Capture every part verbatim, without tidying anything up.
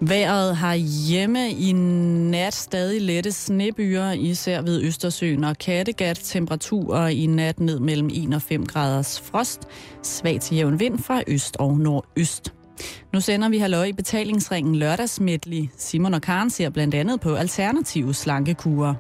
Vejret har hjemme i nat stadig lette snebyer, især ved Østersøen og Kattegat. Temperaturer i nat ned mellem en og fem graders frost. Svag til jævn vind fra øst og nordøst. Nu sender vi halløj i betalingsringen lørdagsmedley. Simon og Karen ser blandt andet på alternative slankekurer.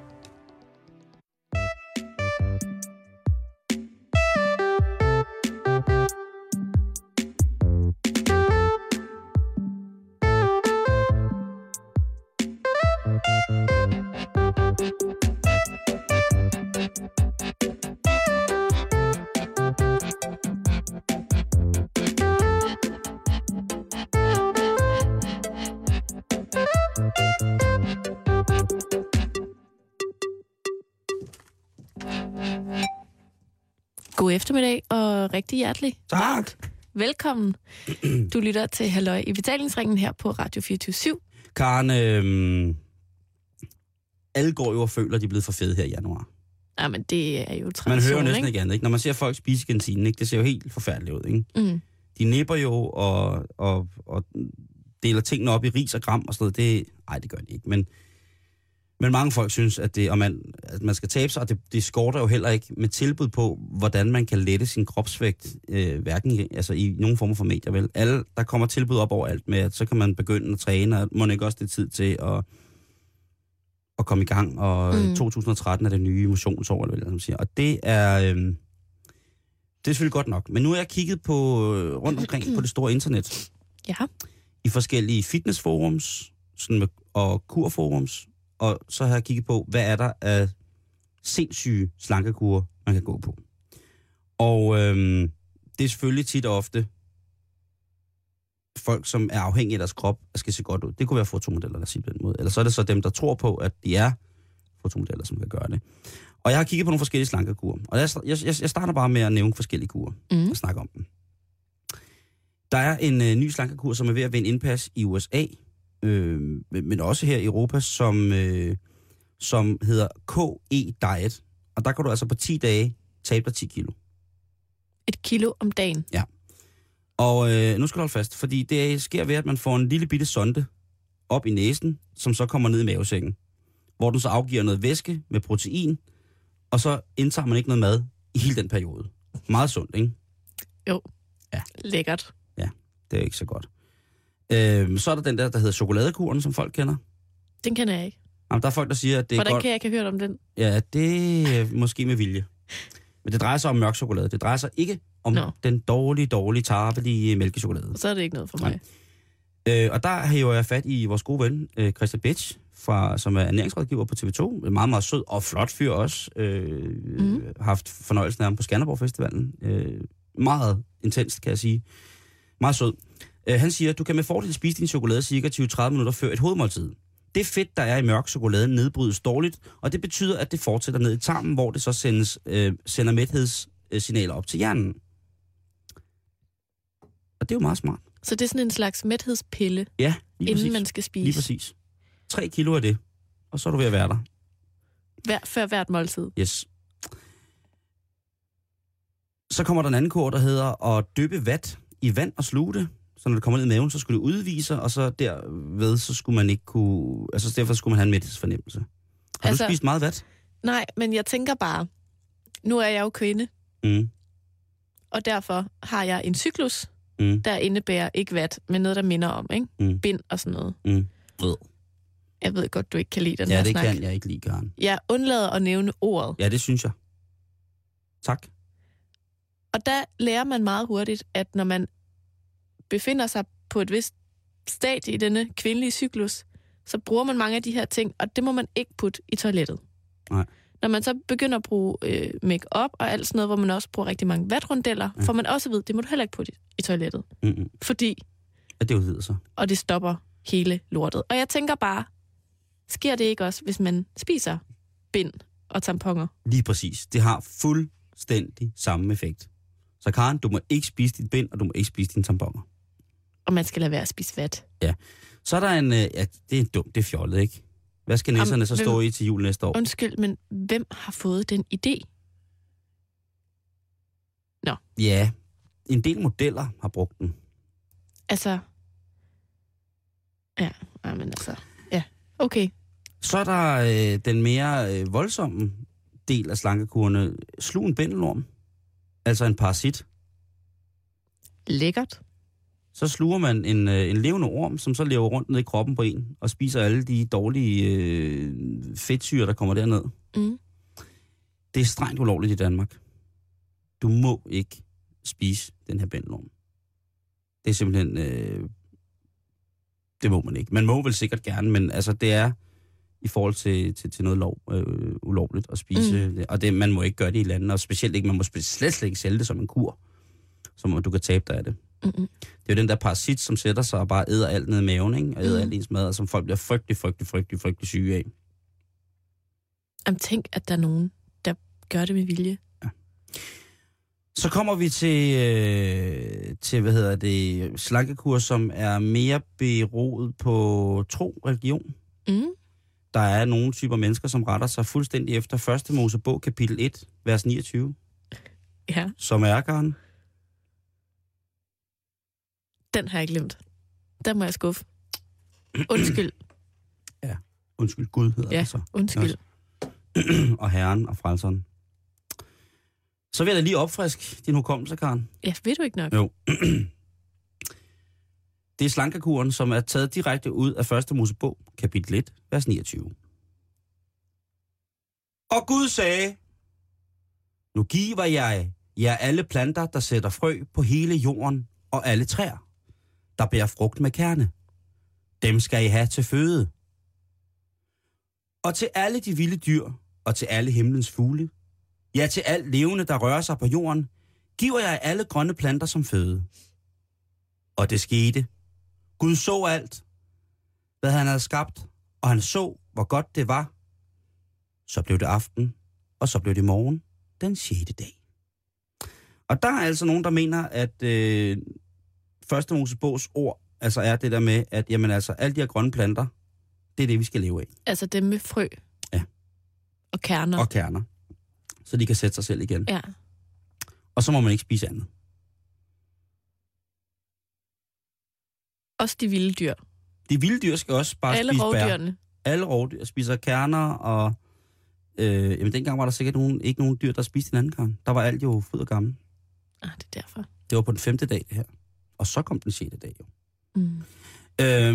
God eftermiddag og rigtig hjertelig. Tak. Velkommen. Du lytter til halløj i betalingsringen her på Radio fireogtyve syv. Karen, øh, alle går jo og føler, at de er blevet for fede her i januar. Ja, men det er jo tradition, Man hører jo næsten ikke? ikke andet, ikke? Når man ser folk spise i kantinen, ikke? Det ser jo helt forfærdeligt ud, ikke? Mm. De nipper jo og, og, og deler tingene op i ris og gram og sådan noget. Det, ej, det gør de ikke, men... Men mange folk synes, at, det, og man, at man skal tabe sig, og det, det skorter jo heller ikke med tilbud på, hvordan man kan lette sin kropsvægt, øh, hverken altså i nogen form for medier, vel. Alle, der kommer tilbud op overalt med, at så kan man begynde at træne, og må ikke også det tid til at, at komme i gang, og mm. to tusind og tretten er det nye motionsår, eller hvad man siger. Og det er, øh, det er selvfølgelig godt nok. Men nu har jeg kigget på, rundt omkring på det store internet. Ja. I forskellige fitnessforums sådan med, og kurforums. Og så har jeg kigget på, hvad er der af sindssyge slankekurer, man kan gå på. Og øhm, det er selvfølgelig tit og ofte folk, som er afhængige af deres krop, og skal se godt ud. Det kunne være fotomodeller, der siger på den måde. Eller så er det så dem, der tror på, at de er fotomodeller, som kan gøre det. Og jeg har kigget på nogle forskellige slankekurer. Og jeg, jeg, jeg starter bare med at nævne forskellige kurer mm. og snakke om dem. Der er en øh, ny slankekur, som er ved at vinde indpas i U S A, Øh, men også her i Europa, som, øh, som hedder K E Diet. Og der kan du altså på ti dage tabe dig ti kilo. Et kilo om dagen? Ja. Og øh, nu skal du holde fast, fordi det sker ved, at man får en lille bitte sonde op i næsen, som så kommer ned i mavesækken, hvor den så afgiver noget væske med protein, og så indtager man ikke noget mad i hele den periode. Meget sundt, ikke? Jo. Ja. Lækkert. Ja, det er ikke så godt. Øh, så er der den der, der hedder chokoladekuren, som folk kender. Den kender jeg ikke. Jamen, der er folk, der siger, at det er Hvordan godt. kan jeg ikke have hørt om den? Ja, det er måske med vilje. Men det drejer sig om mørk chokolade. Det drejer sig ikke om Nå. den dårlige, dårlige, tarvelige mælkechokolade. Så er det ikke noget for mig. Øh, og der hæver jeg fat i vores gode ven, øh, Christian Bitsch, fra, som er ernæringsrådgiver på T V to. En meget, meget sød og flot fyr også. Øh, mm. Haft fornøjelsen af ham på Skanderborg Festivalen. Øh, meget intenst, kan jeg sige. Meget sød. Øh, han siger, at du kan med fordel spise din chokolade cirka tyve til tredive minutter før et hovedmåltid. Det fedt, der er i mørk chokolade, nedbrydes dårligt, og det betyder, at det fortsætter ned i tarmen, hvor det så sendes, øh, sender mæthedssignaler op til hjernen. Og det er jo meget smart. Så det er sådan en slags mæthedspille, ja, inden præcis. man skal spise? Lige præcis. Tre kilo af det, og så er du ved at være der. Hver, før hvert måltid? Yes. Så kommer der en anden kur, der hedder at dyppe vat i vand og sluge det. Så når det kommer ned i maven, så skulle det udvise, og så derved, så skulle man ikke kunne... Altså derfor skulle man have en mæthedsfornemmelse. Har altså, du spist meget vat? Nej, men jeg tænker bare, nu er jeg jo kvinde, mm. og derfor har jeg en cyklus, mm. der indebærer ikke vat, men noget, der minder om, ikke? Mm. Bind og sådan noget. Mm. Jeg ved godt, du ikke kan lide den ja, her snak. Ja, det snak. kan jeg ikke lide, Karen. Jeg undlader at nævne ordet. Ja, det synes jeg. Tak. Og der lærer man meget hurtigt, at når man befinder sig på et vist stadie i denne kvindelige cyklus, så bruger man mange af de her ting, og det må man ikke putte i toilettet. Nej. Når man så begynder at bruge øh, make-up og alt sådan noget, hvor man også bruger rigtig mange vatrundeller, ja. får man også at vide, det må du heller ikke putte i, i toilettet. Mm-mm. Fordi... Ja, det er jo så. Og det stopper hele lortet. Og jeg tænker bare, sker det ikke også, hvis man spiser bind og tamponer? Lige præcis. Det har fuldstændig samme effekt. Så Karen, du må ikke spise dit bind, og du må ikke spise dine tamponer. Og man skal lade være at spise vat. Ja. Så er der en... Ja, det er dumt, det er fjollet, ikke? Hvad skal nisserne så stå i til jul næste år? Undskyld, men hvem har fået den idé? Nå. Ja, en del modeller har brugt den. Altså... Ja, Okay. Så er der øh, den mere øh, voldsomme del af slankekurene. Slug en bændelorm, altså en parasit. Lækkert. Så sluger man en, øh, en levende orm, som så lever rundt ned i kroppen på en, og spiser alle de dårlige øh, fedtsyre, der kommer derned. Mm. Det er strengt ulovligt i Danmark. Du må ikke spise den her bændelorm. Det er simpelthen... Øh, det må man ikke. Man må vel sikkert gerne, men altså det er i forhold til, til, til noget lov, øh, ulovligt at spise. Mm. Og det, man må ikke gøre det i landet, og specielt ikke, man må slet, slet ikke sælge det som en kur, som du kan tabe dig af det. Mm-mm. Det er jo den der parasit, som sætter sig og bare æder alt ned i maven, ikke? Og æder mm. alt ens mad, og som folk bliver frygtelig, frygtelig, frygtelig, frygtelig syge af. Jamen tænk, at der er nogen, der gør det med vilje. Ja. Så kommer vi til, øh, til hvad hedder det, slankekur, som er mere beroet på tro, religion. Mm. Der er nogle typer mennesker, som retter sig fuldstændig efter første Mosebog, kapitel et, vers niogtyve. Ja. Som er Karen. Den har jeg glemt. Den må jeg skuffe. Undskyld. Ja, undskyld Gud hedder ja, det så. Undskyld. Og Herren og Frelseren. Så vil jeg da lige opfriske din hukommelse, Karen. Ja, ved du ikke nok? Jo. Det er slankekuren, som er taget direkte ud af første Mosebog, kapitel et, vers niogtyve. Og Gud sagde, nu giver jeg jer alle planter, der sætter frø på hele jorden, og alle træer, der bærer frugt med kerne. Dem skal I have til føde. Og til alle de vilde dyr, og til alle himlens fugle, ja, til alt levende, der rører sig på jorden, giver jeg alle grønne planter som føde. Og det skete. Gud så alt, hvad han havde skabt, og han så, hvor godt det var. Så blev det aften, og så blev det morgen, den sjette dag. Og der er altså nogen, der mener, at øh, første Mosebogs ord altså er det der med, at jamen, altså, alle de her grønne planter, det er det, vi skal leve af. Altså dem med frø? Ja. Og kerner? Og kerner. Så de kan sætte sig selv igen. Ja. Og så må man ikke spise andet. Også de vilde dyr? De vilde dyr skal også bare alle spise bær. Rovdyrene. Alle rovdyr spiser kerner, og øh, jamen, dengang var der sikkert nogen, ikke nogen dyr, der spiste en anden kern. Der var alt jo fryd og gammel. Ah, det er derfor. Det var på den femte dag, det her. Og så kom den sjette dag, jo. Mm. Øh,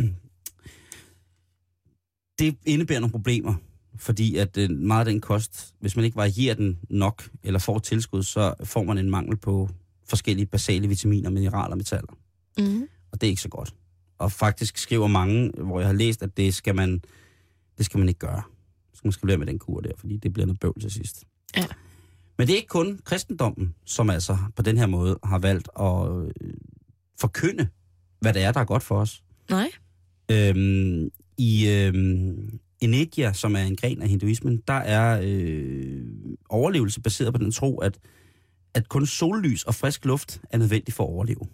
det indebærer nogle problemer, fordi at øh, meget af den kost, hvis man ikke varierer den nok, eller får tilskud, så får man en mangel på forskellige basale vitaminer, mineraler og metaller. Mm. Og det er ikke så godt. Og faktisk skriver mange, hvor jeg har læst, at det skal man, det skal man ikke gøre. Så skal man skal lade med den kur der, fordi det bliver noget bøvl til sidst. Ja. Men det er ikke kun kristendommen, som altså på den her måde har valgt at øh, forkynde, hvad det er, der er godt for os. Nej. Øhm, I øhm, Enegya, som er en gren af hinduismen, der er øh, overlevelse baseret på den tro, at, at kun sollys og frisk luft er nødvendigt for at overleve.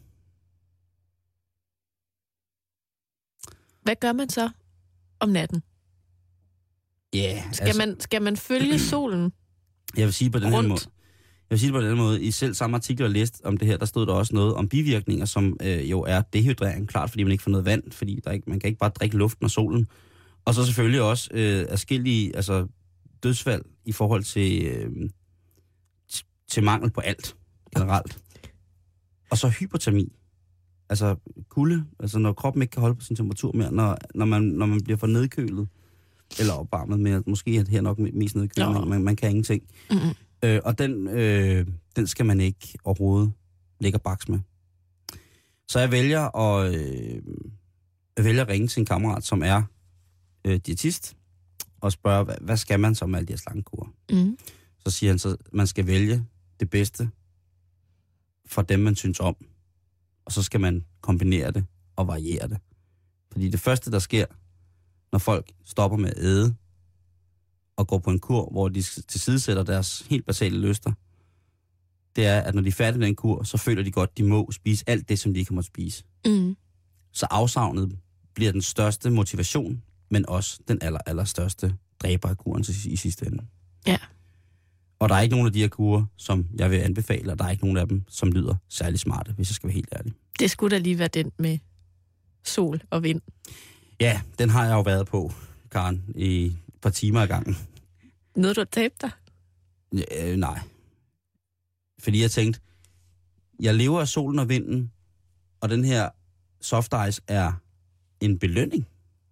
Hvad gør man så om natten? Ja, yeah, skal, altså, man, skal man følge solen? Jeg vil sige på den her rundt? måde. Jeg vil sige det på den måde. I selv samme artikel, jeg læste om det her, der stod der også noget om bivirkninger, som øh, jo er dehydrering, klart fordi man ikke får noget vand, fordi der ikke, man kan ikke bare drikke luften og solen. Og så selvfølgelig også øh, forskellige altså, dødsfald i forhold til, øh, til mangel på alt generelt. Og så hypotermi. Altså kulde, altså når kroppen ikke kan holde på sin temperatur mere, når, når, man, når man bliver for nedkølet, eller opvarmet med, måske er det her nok mest nedkølet, no. man, man kan ingenting. Mm-hmm. Øh, og den, øh, den skal man ikke overhovedet lægge baks med. Så jeg vælger at, øh, jeg vælger at ringe til en kammerat, som er øh, diætist, og spørge, hvad, hvad skal man så med alle de her slangekurer? Mm. Så siger han så, man skal vælge det bedste for dem, man synes om. Og så skal man kombinere det og variere det. Fordi det første, der sker, når folk stopper med at æde, og går på en kur, hvor de tilsidesætter deres helt basale lyster, det er, at når de er færdige med den kur, så føler de godt, at de må spise alt det, som de ikke må spise. Mm. Så afsavnet bliver den største motivation, men også den aller, aller største dræber af kuren i sidste ende. Ja. Og der er ikke nogen af de her kurer, som jeg vil anbefale, og der er ikke nogen af dem, som lyder særlig smarte, hvis jeg skal være helt ærlig. Det skulle da lige være den med sol og vind. Ja, den har jeg jo været på, Karen, i et par timer ad gangen. Noget, du har tabt dig? Ja, øh, nej. Fordi jeg tænkte, jeg lever af solen og vinden, og den her soft ice er en belønning.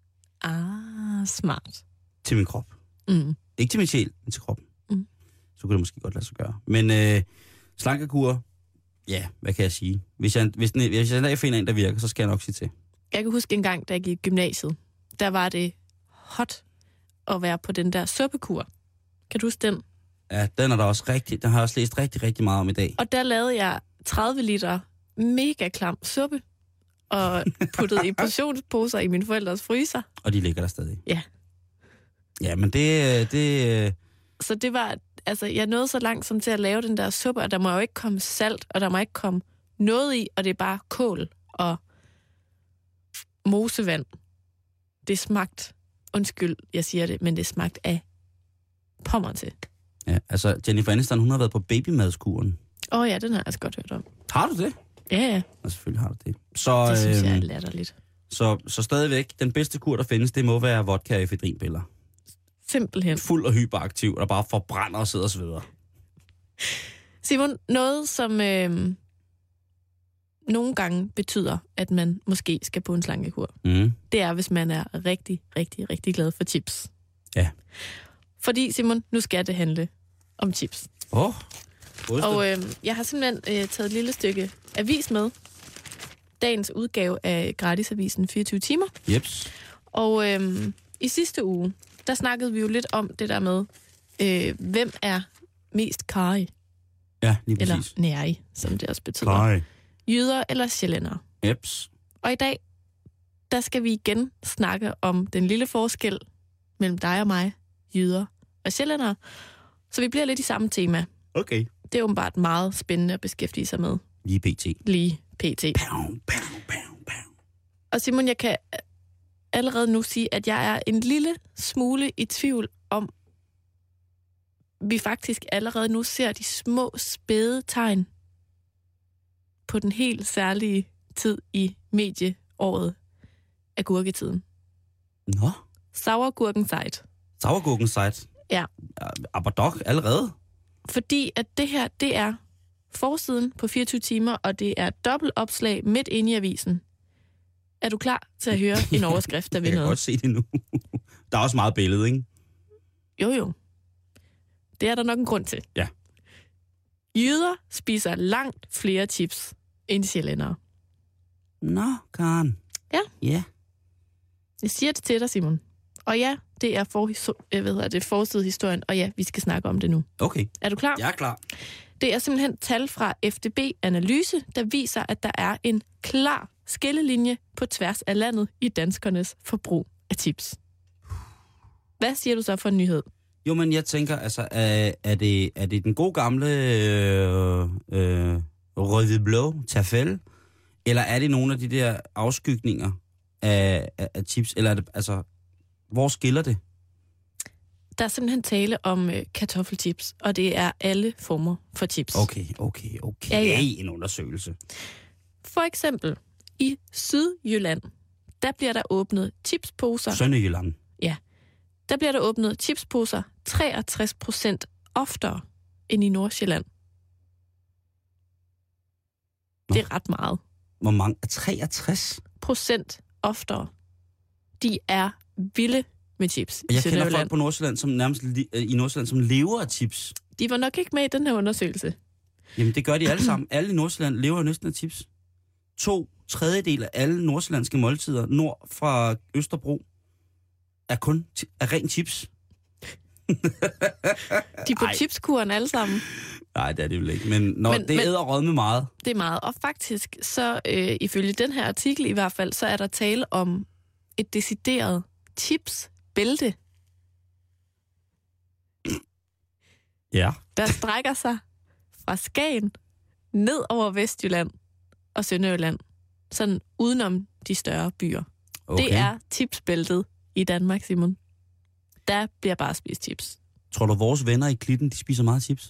Ah, smart. Til min krop. Mm. Ikke til min sjæl, men til kroppen. Mm. Så kunne det måske godt lade sig gøre. Men øh, slankekur, ja, hvad kan jeg sige? Hvis jeg, hvis, den, hvis jeg en dag finder en, der virker, så skal jeg nok sige til. Jeg kan huske en gang, da jeg gik i gymnasiet, der var det hot at være på den der suppekur. Kan du huske den? Ja, den er der også rigtig, den har jeg også læst rigtig, rigtig meget om i dag. Og der lavede jeg tredive liter mega klam suppe, og puttede i portionsposer i mine forældres fryser. Og de ligger der stadig. Ja. Ja, men det... det Så det var, altså jeg nåede så langt som til at lave den der suppe, og der må jo ikke komme salt, og der må ikke komme noget i, og det er bare kål og mosevand. Det smagte, undskyld, jeg siger det, men det smagte af pommer til. Ja, altså Jennifer Aniston, hun har været på babymadskuren. Åh oh ja, den har jeg også godt hørt om. Har du det? Ja, ja. Og selvfølgelig har du det. Så, Det synes øhm, jeg er latterligt. Så, så stadigvæk, den bedste kur, der findes, det må være vodka og efedrinpiller. Simpelthen. Fuld og hyperaktiv, der bare forbrænder og sidder og sveder. Simon, noget som øh, nogle gange betyder, at man måske skal på en slankekur, Mm. det er, hvis man er rigtig, rigtig, rigtig glad for chips. Ja. Fordi, Simon, nu skal det handle om chips. Åh, oh, Og øh, jeg har simpelthen øh, taget et lille stykke avis med. Dagens udgave af gratisavisen fireogtyve timer. Jeps. Og øh, i sidste uge, der snakkede vi jo lidt om det der med, øh, hvem er mest karrig, Ja, lige præcis. eller nærig, som det også betyder. Kaj. Jyder eller sjællændere. Jeps. Og i dag, der skal vi igen snakke om den lille forskel mellem dig og mig, jyder og sjællændere. Så vi bliver lidt i samme tema. Okay. Det er åbenbart meget spændende at beskæftige sig med. Lige pt. Lige pt. Pow, pow, pow, pow. Og Simon, jeg kan allerede nu sige, at jeg er en lille smule i tvivl om, vi faktisk allerede nu ser de små spæde tegn på den helt særlige tid i medieåret af gurketiden. Nå, Sauergurkenzeit. sauergurken site. Ja. Aber dog, allerede. Fordi at det her, det er forsiden på fireogtyve timer, og det er dobbeltopslag midt inde i avisen. Er du klar til at høre en overskrift, der vil Jeg kan noget? godt se det nu. Der er også meget billede, ikke? Jo, jo. Det er der nok en grund til. Ja. Jyder spiser langt flere chips end sjællændere. Nå, Karen. Ja. Ja. Jeg siger det til dig, Simon. Og ja, det er, for, jeg ved, det er forsidehistorien, og ja, vi skal snakke om det nu. Okay. Er du klar? Jeg er klar. Det er simpelthen tal fra F D B-analyse, der viser, at der er en klar skillelinje på tværs af landet i danskernes forbrug af chips. Hvad siger du så for en nyhed? Jo, men jeg tænker, altså, er, er, det, er det den gode gamle øh, øh, røde blå tafel, eller er det nogle af de der afskygninger af, af, af chips, eller er det, altså, hvor skiller det? Der er simpelthen tale om øh, kartoffelchips, og det er alle former for chips. Okay, okay, okay. Ja, ja. En undersøgelse. For eksempel i Sydjylland, der bliver der åbnet chipsposer. Sønderjylland. Ja, der bliver der åbnet chipsposer treogtres procent oftere end i Nordsjælland. Nå. Det er ret meget. Hvor mange? treogtres? Procent oftere. De er vilde med chips i Jeg kender Sønderjylland. folk på Nordsjælland, som nærmest li- øh, i Nordsjælland, som lever af chips. De var nok ikke med i den her undersøgelse. Jamen, det gør de alle sammen. Alle i Nordsjælland lever jo næsten af chips. To tredjedel af alle nordsjællandske måltider nord fra Østerbro er kun ti- er ren chips. De er på Ej. chipskuren alle sammen. Nej, det er det jo ikke. Men, når Men- det men- æder rød med meget. Det er meget. Og faktisk, så øh, ifølge den her artikel i hvert fald, så er der tale om et decideret chipsbælte, Ja. der strækker sig fra Skagen ned over Vestjylland og Sønderjylland. Sådan udenom de større byer. Okay. Det er chipsbæltet i Danmark, Simon. Der bliver bare spist chips. Tror du, vores venner i Klitten, de spiser meget chips?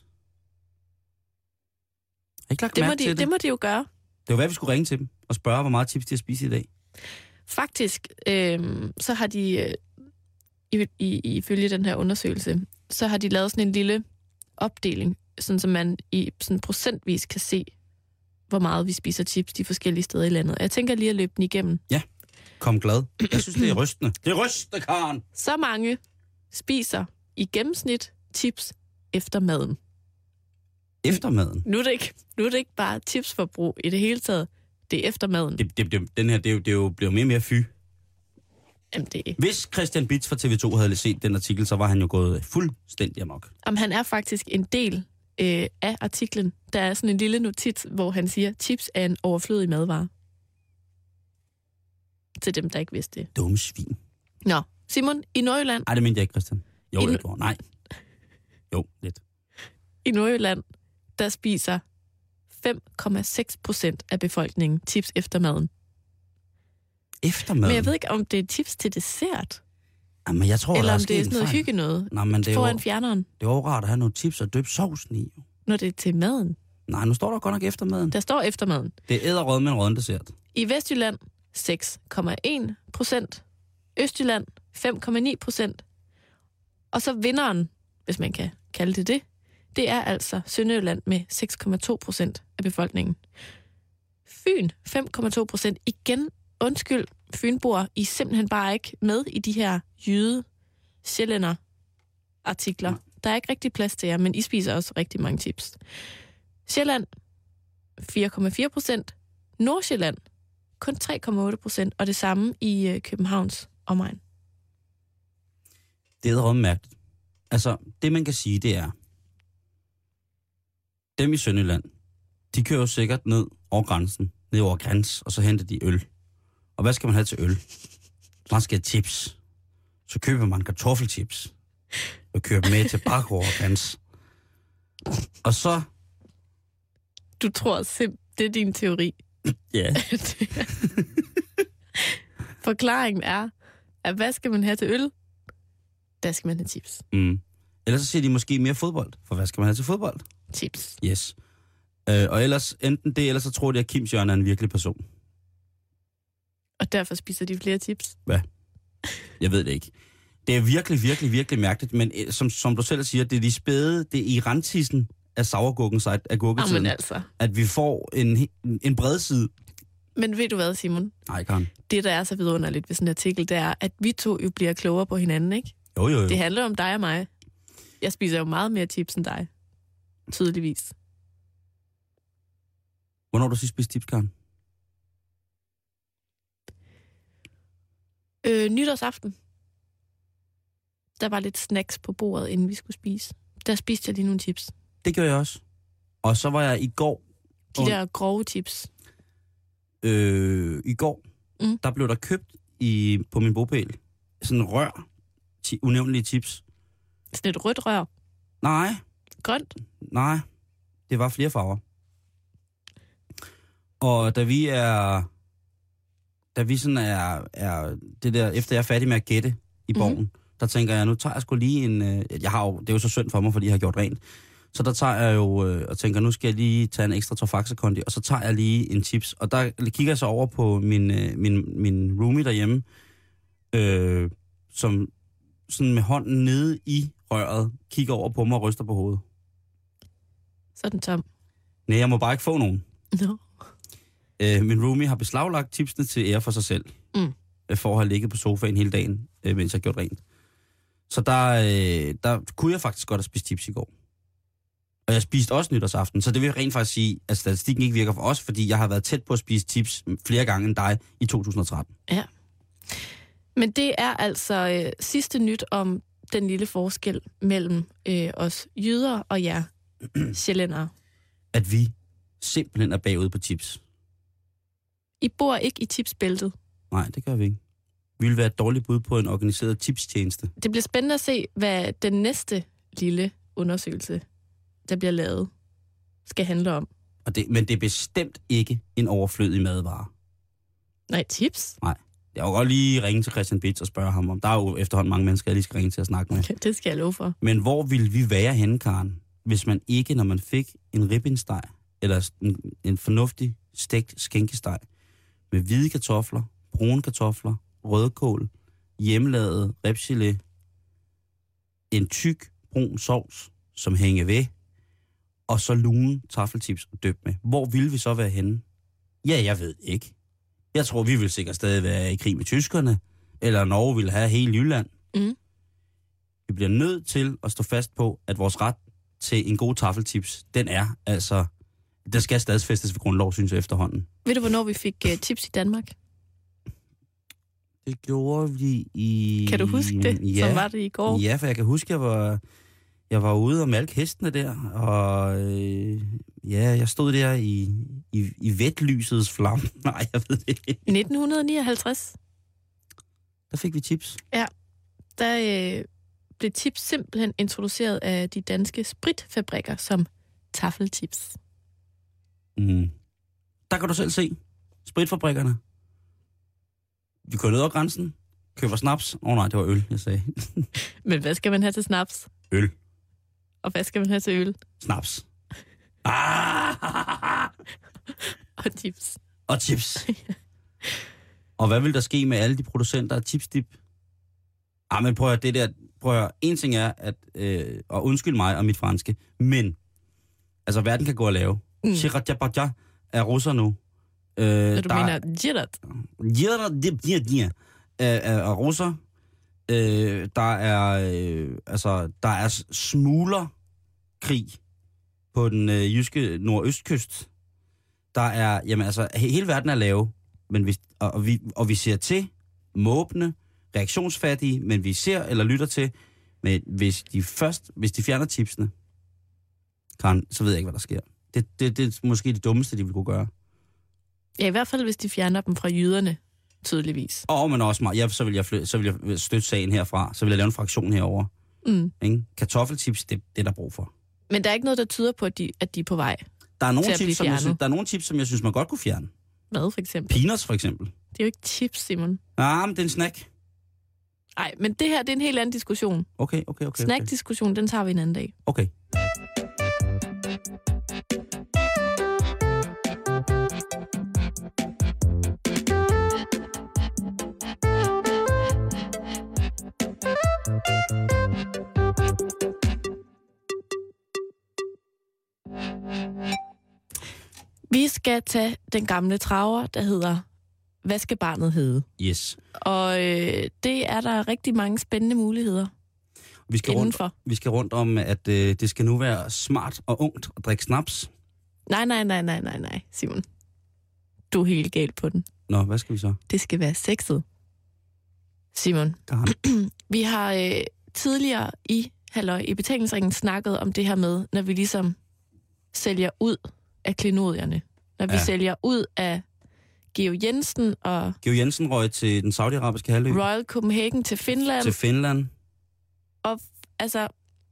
Har I ikke lagt Det må, mærke til de, det? det må de jo gøre. Det var hvad vi skulle ringe til dem og spørge, hvor meget chips de har spist i dag. Faktisk, øh, så har de, øh, i, i, ifølge den her undersøgelse, så har de lavet sådan en lille opdeling, sådan så man i sådan procentvis kan se, hvor meget vi spiser chips de forskellige steder i landet. Jeg tænker lige at løbe den igennem. Ja, kom glad. Jeg synes, det er rystende. Det er rystende, Karen! Så mange spiser i gennemsnit chips efter maden. Efter maden? Nu er det ikke, nu er det ikke bare chipsforbrug i det hele taget. Det er efter maden. Det, det, det, den her, det er jo, det er jo blevet mere og mere fy. Jamen det... Hvis Christian Bitz fra T V to havde set den artikel, så var han jo gået fuldstændig amok. Jamen, han er faktisk en del øh, af artiklen. Der er sådan en lille notits, hvor han siger, chips er en overflødig madvare. Til dem, der ikke vidste det. Dumme svin. Nå, Simon, i Nordjylland... Nej, det mente jeg ikke, Christian. Jo, I... det var. Nej. Jo, lidt. I Nordjylland, der spiser fem komma seks procent af befolkningen chips efter maden. Efter maden? Men jeg ved ikke, om det er chips til dessert. Jamen, jeg tror, eller der om er det er sådan noget fejl. hygge noget. Nå, men det er foran jo, fjerneren. det er jo rart at have nogle chips og døbe sovsen i. Når det er til maden. Nej, nu står der godt nok efter maden. Der står efter maden. Det er æderrød med en rødden dessert. I Vestjylland seks komma en procent. Østjylland fem komma ni procent. Og så vinderen, hvis man kan kalde det det, det er altså Sønderjylland med seks komma to procent af befolkningen. Fyn fem komma to procent. Igen, undskyld, fynboer, I er simpelthen bare ikke med i de her jyde sjællænder artikler. Der er ikke rigtig plads til jer, men I spiser også rigtig mange chips. Sjælland fire komma fire procent. Nordsjælland kun tre komma otte procent, og det samme i øh, Københavns omegn. Det er æderrød mærkeligt. Altså, det man kan sige, det er, dem i Sønderjylland, de kører jo sikkert ned over grænsen, ned over græns, og så henter de øl. Og hvad skal man have til øl? Man skal have chips. Så køber man kartoffelchips. Og kører dem med til bak over græns. Og så... Du tror simpelthen, det er din teori. Ja. Forklaringen er, at hvad skal man have til øl? Der skal man have chips. Mm. Ellers så siger de måske mere fodbold. For hvad skal man have til fodbold? Chips. Yes. Øh, og ellers, enten det, eller så tror de, at Kim Jørgen er en virkelig person. Og derfor spiser de flere chips? Hvad? Jeg ved det ikke. Det er virkelig, virkelig, virkelig mærkeligt, men som, som du selv siger, det er de spæde, det er i randtissen af sauergurken, af agurketiden, Jamen altså. at vi får en, en bredside. Men ved du hvad, Simon? Nej, Karen. Det, der er så vidunderligt ved sådan en artikel, det er, at vi to jo bliver klogere på hinanden, ikke? Jo, jo, jo. Det handler om dig og mig. Jeg spiser jo meget mere chips end dig. Tydeligvis. Hvornår har du sidst spist chips, Karen? Øh, nytårsaften. Der var lidt snacks på bordet, inden vi skulle spise. Der spiste jeg lige nogle chips. Det gjorde jeg også. Og så var jeg i går... De der grove chips. Øh, I går, mm. der blev der købt i, på min bopæl sådan en rør, ti, unævnlige chips. Sådan et rødt rør? Nej. Grønt? Nej. Det var flere farver. Og da vi er... Da vi sådan er... er det der, efter jeg er færdig med at gætte i borgen, mm-hmm. der tænker jeg, nu tager jeg sgu lige en... Jeg har jo, det er jo så synd for mig, fordi jeg har gjort rent. Så der tager jeg jo øh, og tænker, nu skal jeg lige tage en ekstra Torfaxe-kondi, og så tager jeg lige en chips. Og der kigger jeg så over på min, øh, min, min roomie derhjemme, øh, som sådan med hånden nede i røret, kigger over på mig og ryster på hovedet. Så er den tom. Nej, jeg må bare ikke få nogen. No. Øh, min roomie har beslaglagt chipsene til ære for sig selv, mm. for at have ligget på sofaen hele dagen, øh, mens jeg har gjort rent. Så der, øh, der kunne jeg faktisk godt have spist chips i går. Og jeg spiste også nytårsaften, så det vil rent faktisk sige, at statistikken ikke virker for os, fordi jeg har været tæt på at spise chips flere gange end dig i to tusind og tretten. Ja. Men det er altså øh, sidste nyt om den lille forskel mellem øh, os jyder og jer sjællændere. At vi simpelthen er bagud på chips. I bor ikke i chipsbæltet. Nej, det gør vi ikke. Vi vil være et dårligt bud på en organiseret chipstjeneste. Det bliver spændende at se, hvad den næste lille undersøgelse, der bliver lavet, skal handle om. Og det, men det er bestemt ikke en overflødig madvare. Nej, chips? Nej. Jeg vil godt lige ringe til Christian Bitz og spørge ham om. Der er jo efterhånden mange mennesker, jeg lige skal ringe til at snakke med. Det skal jeg love for. Men hvor ville vi være henne, Karen, hvis man ikke, når man fik en ribbensteg, eller en, en fornuftig stegt skænkesteg, med hvide kartofler, brune kartofler, rødkål, hjemmelavet ribsgelé, en tyk brun sovs, som hænger ved, og så lune taffelchips og døb med. Hvor ville vi så være henne? Ja, jeg ved ikke. Jeg tror, vi vil sikkert stadig være i krig med tyskerne, eller Norge vil have hele Jylland. Mm. Vi bliver nødt til at stå fast på, at vores ret til en god taffelchips, den er altså, der skal stadsfæstes ved grundlov, synes jeg efterhånden. Ved du, hvornår vi fik uh, chips i Danmark? Det gjorde vi i... Kan du huske det, ja, som var det i går? Ja, for jeg kan huske, jeg var, jeg var ude og malke hestene der, og øh, ja, jeg stod der i, i, i vetlysets flamme. Nej, jeg ved det ikke. I nitten nioghalvtreds. Der fik vi chips. Ja, der øh, blev chips simpelthen introduceret af de danske spritfabrikker som taffelchips. Mm. Der kan du selv se spritfabrikkerne. Vi kører ned over grænsen, køber snaps. Åh oh, nej, det var øl, jeg sagde. Men hvad skal man have til snaps? Øl. Og hvad skal man have til øl? Snaps. Ah! Og chips. Og chips. Og hvad vil der ske med alle de producenter af chipsdip? Ah, men prøv at det der... Prøv at høre. En ting er, at... Øh, og undskyld mig og mit franske, men... Altså, verden kan gå og lave. Mm. Chirajabadja er russer nu. Øh, Hvad du der, mener, Girat? Girat, er russer. Øh, der er... Øh, altså, der er smuglerkrig på den øh, jyske nordøstkyst. Der er... Jamen, altså, hele verden er lave. Men vi, og, og, vi, og vi ser til, måbne, reaktionsfattige, men vi ser eller lytter til, men hvis de først, hvis de fjerner chipsene, Karen, så ved jeg ikke, hvad der sker. Det, det, det er måske det dummeste, de vil kunne gøre. Ja, i hvert fald, hvis de fjerner dem fra jyderne, tydeligvis. Og men også mig. Ja, så vil jeg, fly, så vil jeg støtte sagen herfra. Så vil jeg lave en fraktion herover. Mm. Ikke? Kartoffelchips, det, det er der brug for. Men der er ikke noget, der tyder på, at de, at de er på vej. Der er nogle chips, som jeg synes, der er nogle chips, som jeg synes, man godt kunne fjerne. Hvad for eksempel? Peanuts for eksempel. Det er jo ikke chips, Simon. Ah, men det er en snack. Nej, men det her, det er en helt anden diskussion. Okay, okay, okay. Snack-diskussion, den tager vi en anden dag. Okay. Vi skal tage den gamle traver, der hedder Hvad skal barnet hedde? Yes. Og øh, det er der rigtig mange spændende muligheder vi skal indenfor. Rundt, vi skal rundt om, at øh, det skal nu være smart og ungt at drikke snaps. Nej, nej, nej, nej, nej, nej, Simon. Du er helt galt på den. Nå, hvad skal vi så? Det skal være sexet. Simon, vi har øh, tidligere i, halløj, i betalingsringen snakket om det her med, når vi ligesom sælger ud af klenodierne. Når vi ja. sælger ud af Georg Jensen og... Georg Jensen røg til den saudiarabiske halvø. Royal Copenhagen til Finland. Til Finland. Og altså,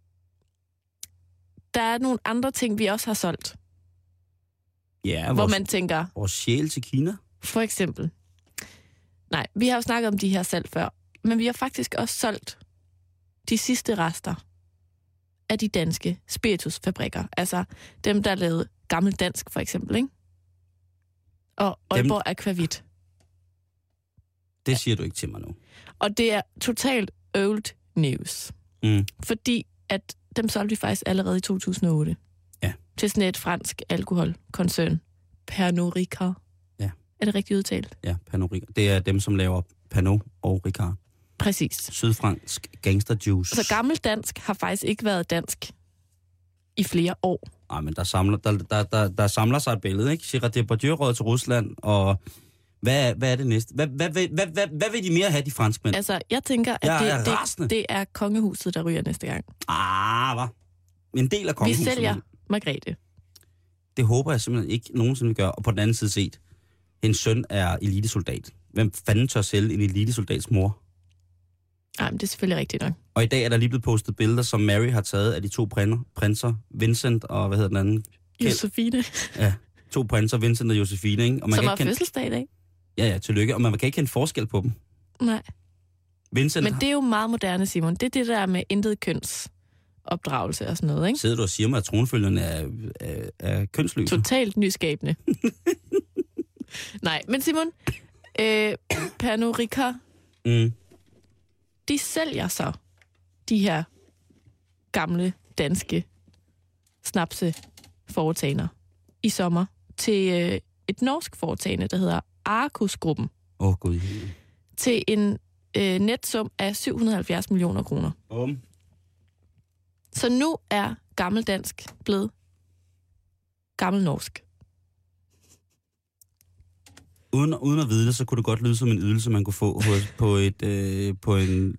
der er nogle andre ting, vi også har solgt. Ja, hvor vores, man tænker... Vores sjæl til Kina. For eksempel. Nej, vi har jo snakket om de her salg før. Men vi har faktisk også solgt de sidste rester af de danske spiritusfabrikker. Altså dem, der lavede gammel dansk, for eksempel, ikke? Og Aalborg Aquavit. Det siger du ikke til mig nu. Og det er totalt old news. Mm. Fordi at dem solgte vi faktisk allerede i to tusind og otte. Ja. Til sådan et fransk alkoholkoncern. Pernod Ricard. Ja. Er det rigtigt udtalt? Ja, Pernod Ricard. Det er dem, som laver Pernod og Ricard. Præcis. Sydfransk gangsterjuice. Så gammel dansk har faktisk ikke været dansk i flere år. Nej, men der samler, der, der, der, der samler sig et billede, ikke? Gérard Depardieu råd til Rusland, og hvad, hvad er det næste? Hvad, hvad, hvad, hvad, hvad, hvad vil de mere have, de franskmænd? Altså, jeg tænker, at jeg det, er det, det er kongehuset, der ryger næste gang. Ah, hvad? En del af kongehuset. Vi sælger Margrethe. Det håber jeg simpelthen ikke nogensinde vil gøre. Og på den anden side set, hendes søn er elitesoldat. Hvem fanden tør sælge en elitesoldats mor? Nej, men det er selvfølgelig rigtigt nok. Og i dag er der lige blevet postet billeder, som Mary har taget af de to prinser, Vincent og hvad hedder den anden? Josefine. Ja, to prinser, Vincent og Josefine, ikke? Og man som kan har kende... fødselsdag i dag. Ja, ja, tillykke. Og man kan ikke kende forskel på dem. Nej. Vincent men det er jo meget moderne, Simon. Det er det der med intet køns opdragelse og sådan noget, ikke? Sidder du og siger mig, at tronfølgerne er, er, er kønsløse? Totalt nyskabende. Nej, men Simon, øh, Pernod Ricard, Mm. de sælger så de her gamle danske snapseforetagender i sommer til øh, et norsk foretagende, der hedder Arcus-gruppen, Åh, oh, gud. til en øh, netsum af syv hundrede og halvfjerds millioner kroner. Um. Så nu er gammeldansk blevet gammelnorsk. Uden, uden at vide det, så kunne det godt lyde som en ydelse, man kunne få hos, på et øh, på en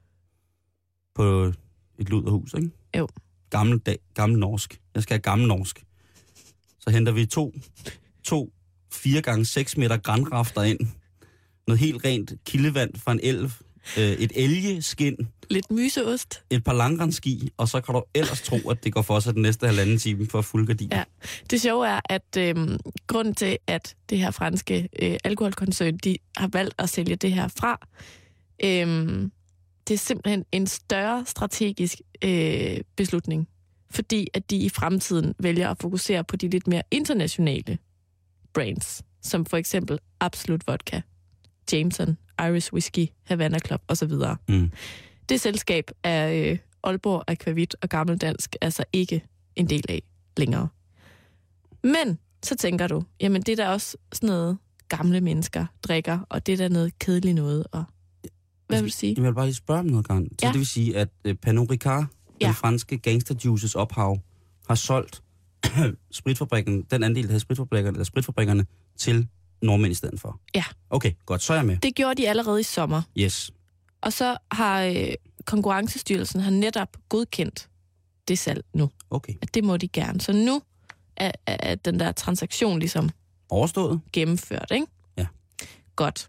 på et luderhus, ikke? Jo. Gammel, dag, gammel norsk. Jeg skal have gammel norsk. Så henter vi to, to fire gange seks meter granrafter ind. Noget helt rent kildevand fra en elv. Øh, et elgeskin. Lidt myseost. Et par langrenski. Og så kan du ellers tro, at det går for sig den næste halvanden time for fuld gardin. Ja. Det sjove er, at øhm, grunden til, at det her franske øh, alkoholkoncern, de har valgt at sælge det her fra, øhm, det er simpelthen en større strategisk øh, beslutning. Fordi at de i fremtiden vælger at fokusere på de lidt mere internationale brands, som for eksempel Absolut Vodka, Jameson, Irish Whiskey, Havana Club osv. Mm. Det selskab er øh, Aalborg Akvavit og Gammeldansk altså ikke en del af længere. Men så tænker du, jamen det er da også sådan noget gamle mennesker drikker, og det er da noget kedeligt noget. Og hvad vil du sige? Jeg vil bare lige spørge om noget, Karen. Så Ja. det vil sige, at uh, Pernod Ricard, Ja. den franske gangsterjuices ophav, har solgt spritfabrikken, den andel, der hedder spritfabrikkerne, eller spritfabrikkerne, til nordmænd i stedet for. Ja. Okay, godt, så er jeg med. Det gjorde de allerede i sommer. Yes. Og så har øh, Konkurrencestyrelsen har netop godkendt det salg nu. Okay. At det må de gerne. Så nu er, er den der transaktion ligesom Overstået? gennemført, ikke? Ja. Godt.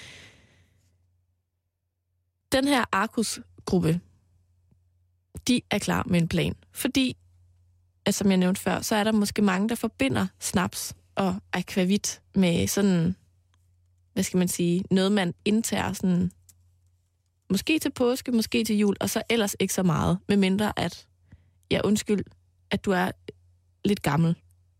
Den her Arcus-gruppe, de er klar med en plan. Fordi, at som jeg nævnte før, så er der måske mange, der forbinder snaps og akvavit med sådan, hvad skal man sige, noget man indtager sådan, måske til påske, måske til jul, og så ellers ikke så meget, medmindre at, ja undskyld, at du er lidt gammel.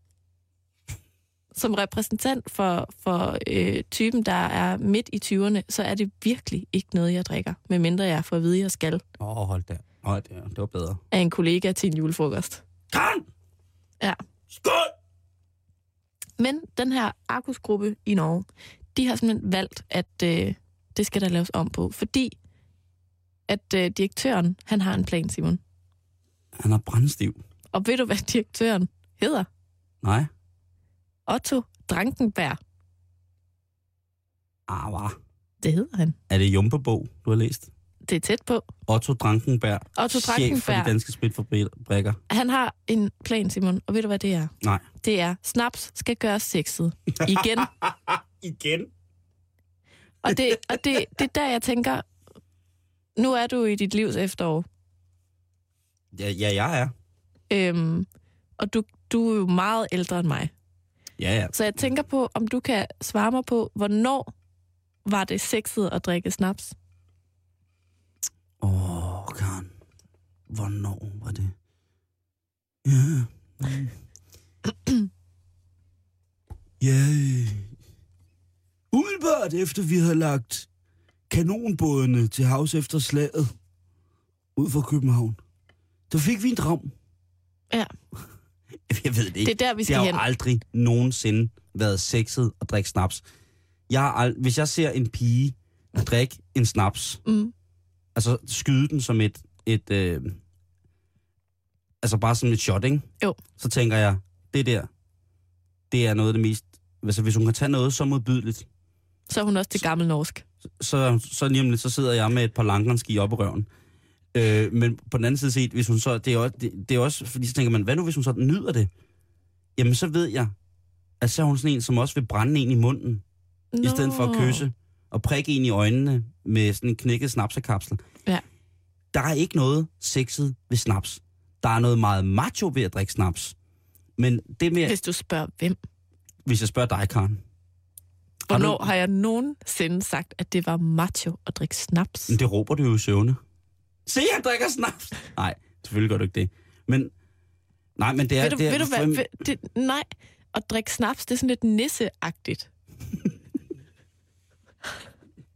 Som repræsentant for, for øh, typen, der er midt i tyverne, så er det virkelig ikke noget, jeg drikker, medmindre jeg får at vide, at jeg skal Åh, oh, hold der. Hold der, det var bedre. af en kollega til en julefrokost. Karen! Ja. Skål! Men den her Arcus-gruppe i Norge, de har simpelthen valgt, at øh, det skal der laves om på, fordi at øh, direktøren, han har en plan, Simon. Han er brændstiv. Og ved du, hvad direktøren hedder? Nej. Otto Drankenberg. Ah, hvad? Det hedder han. Er det Jumbo-bog, du har læst? Det er tæt på. Otto Drankenberg, Otto chef for Drankenberg. de danske spritfabrikker. Han har en plan, Simon, og ved du, hvad det er? Nej. Det er, snaps skal gøres sexet. Igen. Igen? Og det, og det, det er der, jeg tænker, nu er du i dit livs efterår. Ja, ja, jeg er. Øhm, og du, du er jo meget ældre end mig. Ja, ja. Så jeg tænker på, om du kan svare mig på, hvornår var det sexet at drikke snaps? Åh, oh, Karen. Hvornår var det? Ja. Mm. ja. Umiddelbart efter vi havde lagt kanonbådene til havs efter slaget ud fra København, der fik vi en dram. Ja. Jeg ved det ikke. Det er der, vi skal det har hen. jo aldrig nogensinde været sexet at drikke snaps. Jeg har ald- Hvis jeg ser en pige drikke en snaps, Mm. altså skyde den som et, et øh, altså bare som et shot, ikke? Jo. Så tænker jeg, det der, det er noget af det mest, altså hvis hun kan tage noget så modbydeligt, Så er hun også til gammel norsk. så, så lige om lidt, så sidder jeg med et par langrenski op i røven. Øh, men på den anden side set, hvis hun så, det er, også, det, det er også, fordi så tænker man, hvad nu hvis hun så nyder det? Jamen så ved jeg, at så er hun sådan en, som også vil brænde en i munden, Nå. i stedet for at kysse og prikke en i øjnene med sådan en knækket snapsekapsel. Ja. Der er ikke noget sexet ved snaps. Der er noget meget macho ved at drikke snaps. Men det med, Hvis du spørger hvem. hvis jeg spørger dig, Karen. Hvornår du- har jeg nogensinde sagt, at det var macho at drikke snaps? Men det råber du jo i søvne. Se, jeg drikker snaps! Nej, selvfølgelig gør du ikke det. Men, nej, men det er... Ved du, det er ved du hvad? Ved, det, nej, at drikke snaps, det er sådan lidt nisseagtigt.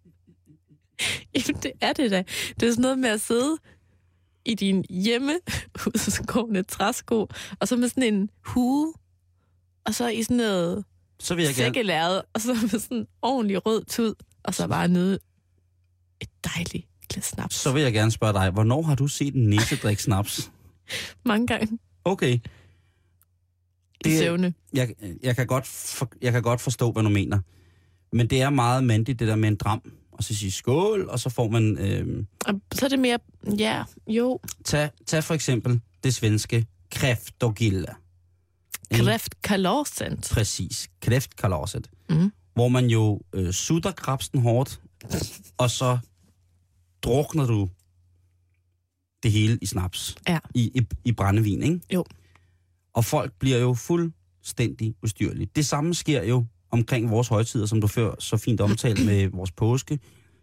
Det er det da. Det er sådan noget med at sidde i din hjemme udskårende træsko, og så med sådan en hue, og så i sådan noget så vil jeg gerne... sækkelærred, og så med sådan en ordentlig rød tud, og så bare nyde et dejligt glas snaps. Så vil jeg gerne spørge dig, hvornår har du set en næse drikke snaps? Mange gange. Okay. Det, I søvne. Jeg, jeg, kan godt for, jeg kan godt forstå, hvad du mener. Men det er meget mandigt, det der med en dram, og så sige skål, og så får man... Øh... Og så er det mere... Ja, jo. Tag, tag for eksempel det svenske kräftogille. Kräftkalaset. Præcis, kräftkalaset. Mm. Hvor man jo øh, sutter krabsten hårdt, og så drukner du det hele i snaps. Ja. I, i, i brændevin, ikke? Jo. Og folk bliver jo fuldstændig ustyrlige. Det samme sker jo omkring vores højtider, som du før så fint omtalte med vores påske.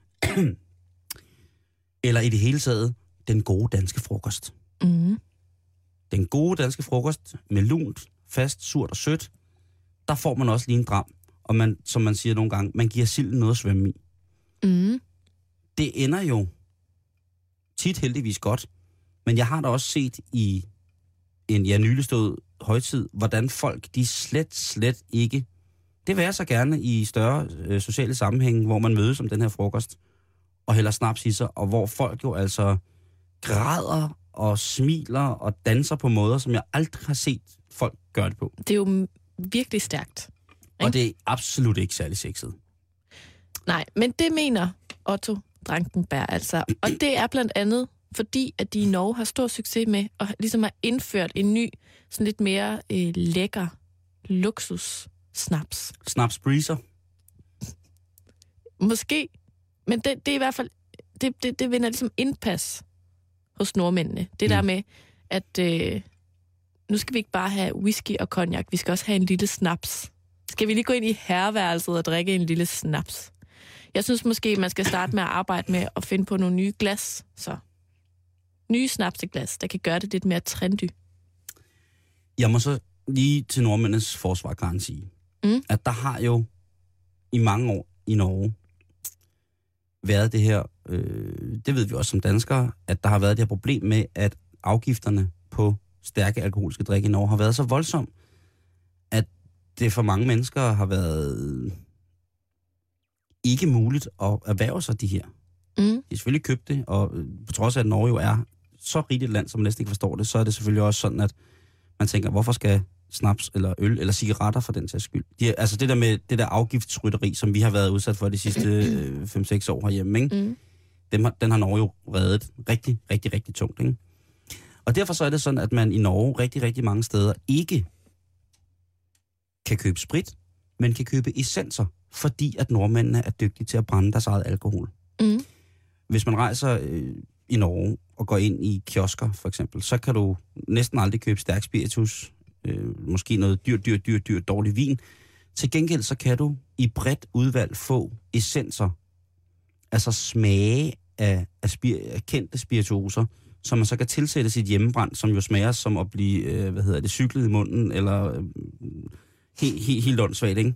Eller i det hele taget, den gode danske frokost. Mm. Den gode danske frokost med lunt, fast, surt og sødt, der får man også lige en dram. Og man, som man siger nogle gange, man giver silden noget at svømme i. Mm. Det ender jo tit heldigvis godt, men jeg har da også set i en ja, nylig stået højtid, hvordan folk, de slet, slet ikke, det vil jeg så gerne i større øh, sociale sammenhænge, hvor man mødes om den her frokost, og hælder snaps i sig, og hvor folk jo altså græder og smiler og danser på måder, som jeg aldrig har set folk gøre det på. Det er jo virkelig stærkt. Ikke? Og det er absolut ikke særlig sexet. Nej, men det mener Otto Drankenberg altså. Og det er blandt andet, fordi at de i Norge har stor succes med, og ligesom har indført en ny, sådan lidt mere øh, lækker luksus snaps. Snaps breezer? Måske, men det, det er i hvert fald, det, det, det vinder ligesom indpas hos nordmændene. Det mm. der med, at øh, nu skal vi ikke bare have whisky og cognac, vi skal også have en lille snaps. Skal vi lige gå ind i herreværelset og drikke en lille snaps? Jeg synes måske, man skal starte med at arbejde med at finde på nogle nye glas, så nye snapseglas, der kan gøre det lidt mere trendy. Jeg må så lige til nordmændenes forsvar, Karen, sige, mm. at der har jo i mange år i Norge været det her, øh, det ved vi også som danskere, at der har været det her problem med, at afgifterne på stærke alkoholiske drikke i Norge har været så voldsom, at det for mange mennesker har været ikke muligt at erhverve sig de her. Mm. De har selvfølgelig købt det, og på trods af, at Norge jo er så rigt et land, som næsten ikke forstår det, så er det selvfølgelig også sådan, at man tænker, hvorfor skal snaps eller øl eller cigaretter for den sags skyld? De, altså det der med det der afgiftsrytteri, som vi har været udsat for de sidste fem seks år herhjemme, ikke? Mm. Den, har, den har Norge jo reddet rigtig, rigtig, rigtig tungt. Ikke? Og derfor så er det sådan, at man i Norge rigtig, rigtig mange steder ikke kan købe sprit, men kan købe essenser, fordi at nordmændene er dygtige til at brænde deres eget alkohol. Mm. Hvis man rejser øh, i Norge og går ind i kiosker, for eksempel, så kan du næsten aldrig købe stærk spiritus, øh, måske noget dyrt, dyrt, dyrt, dyrt, dårlig vin. Til gengæld så kan du i bredt udvalg få essenser, altså smage af, af, spir- af kendte spirituoser, som man så kan tilsætte sit hjemmebrand, som jo smager som at blive, øh, hvad hedder det, cyklet i munden, eller øh, helt, helt, helt åndssvagt, ikke?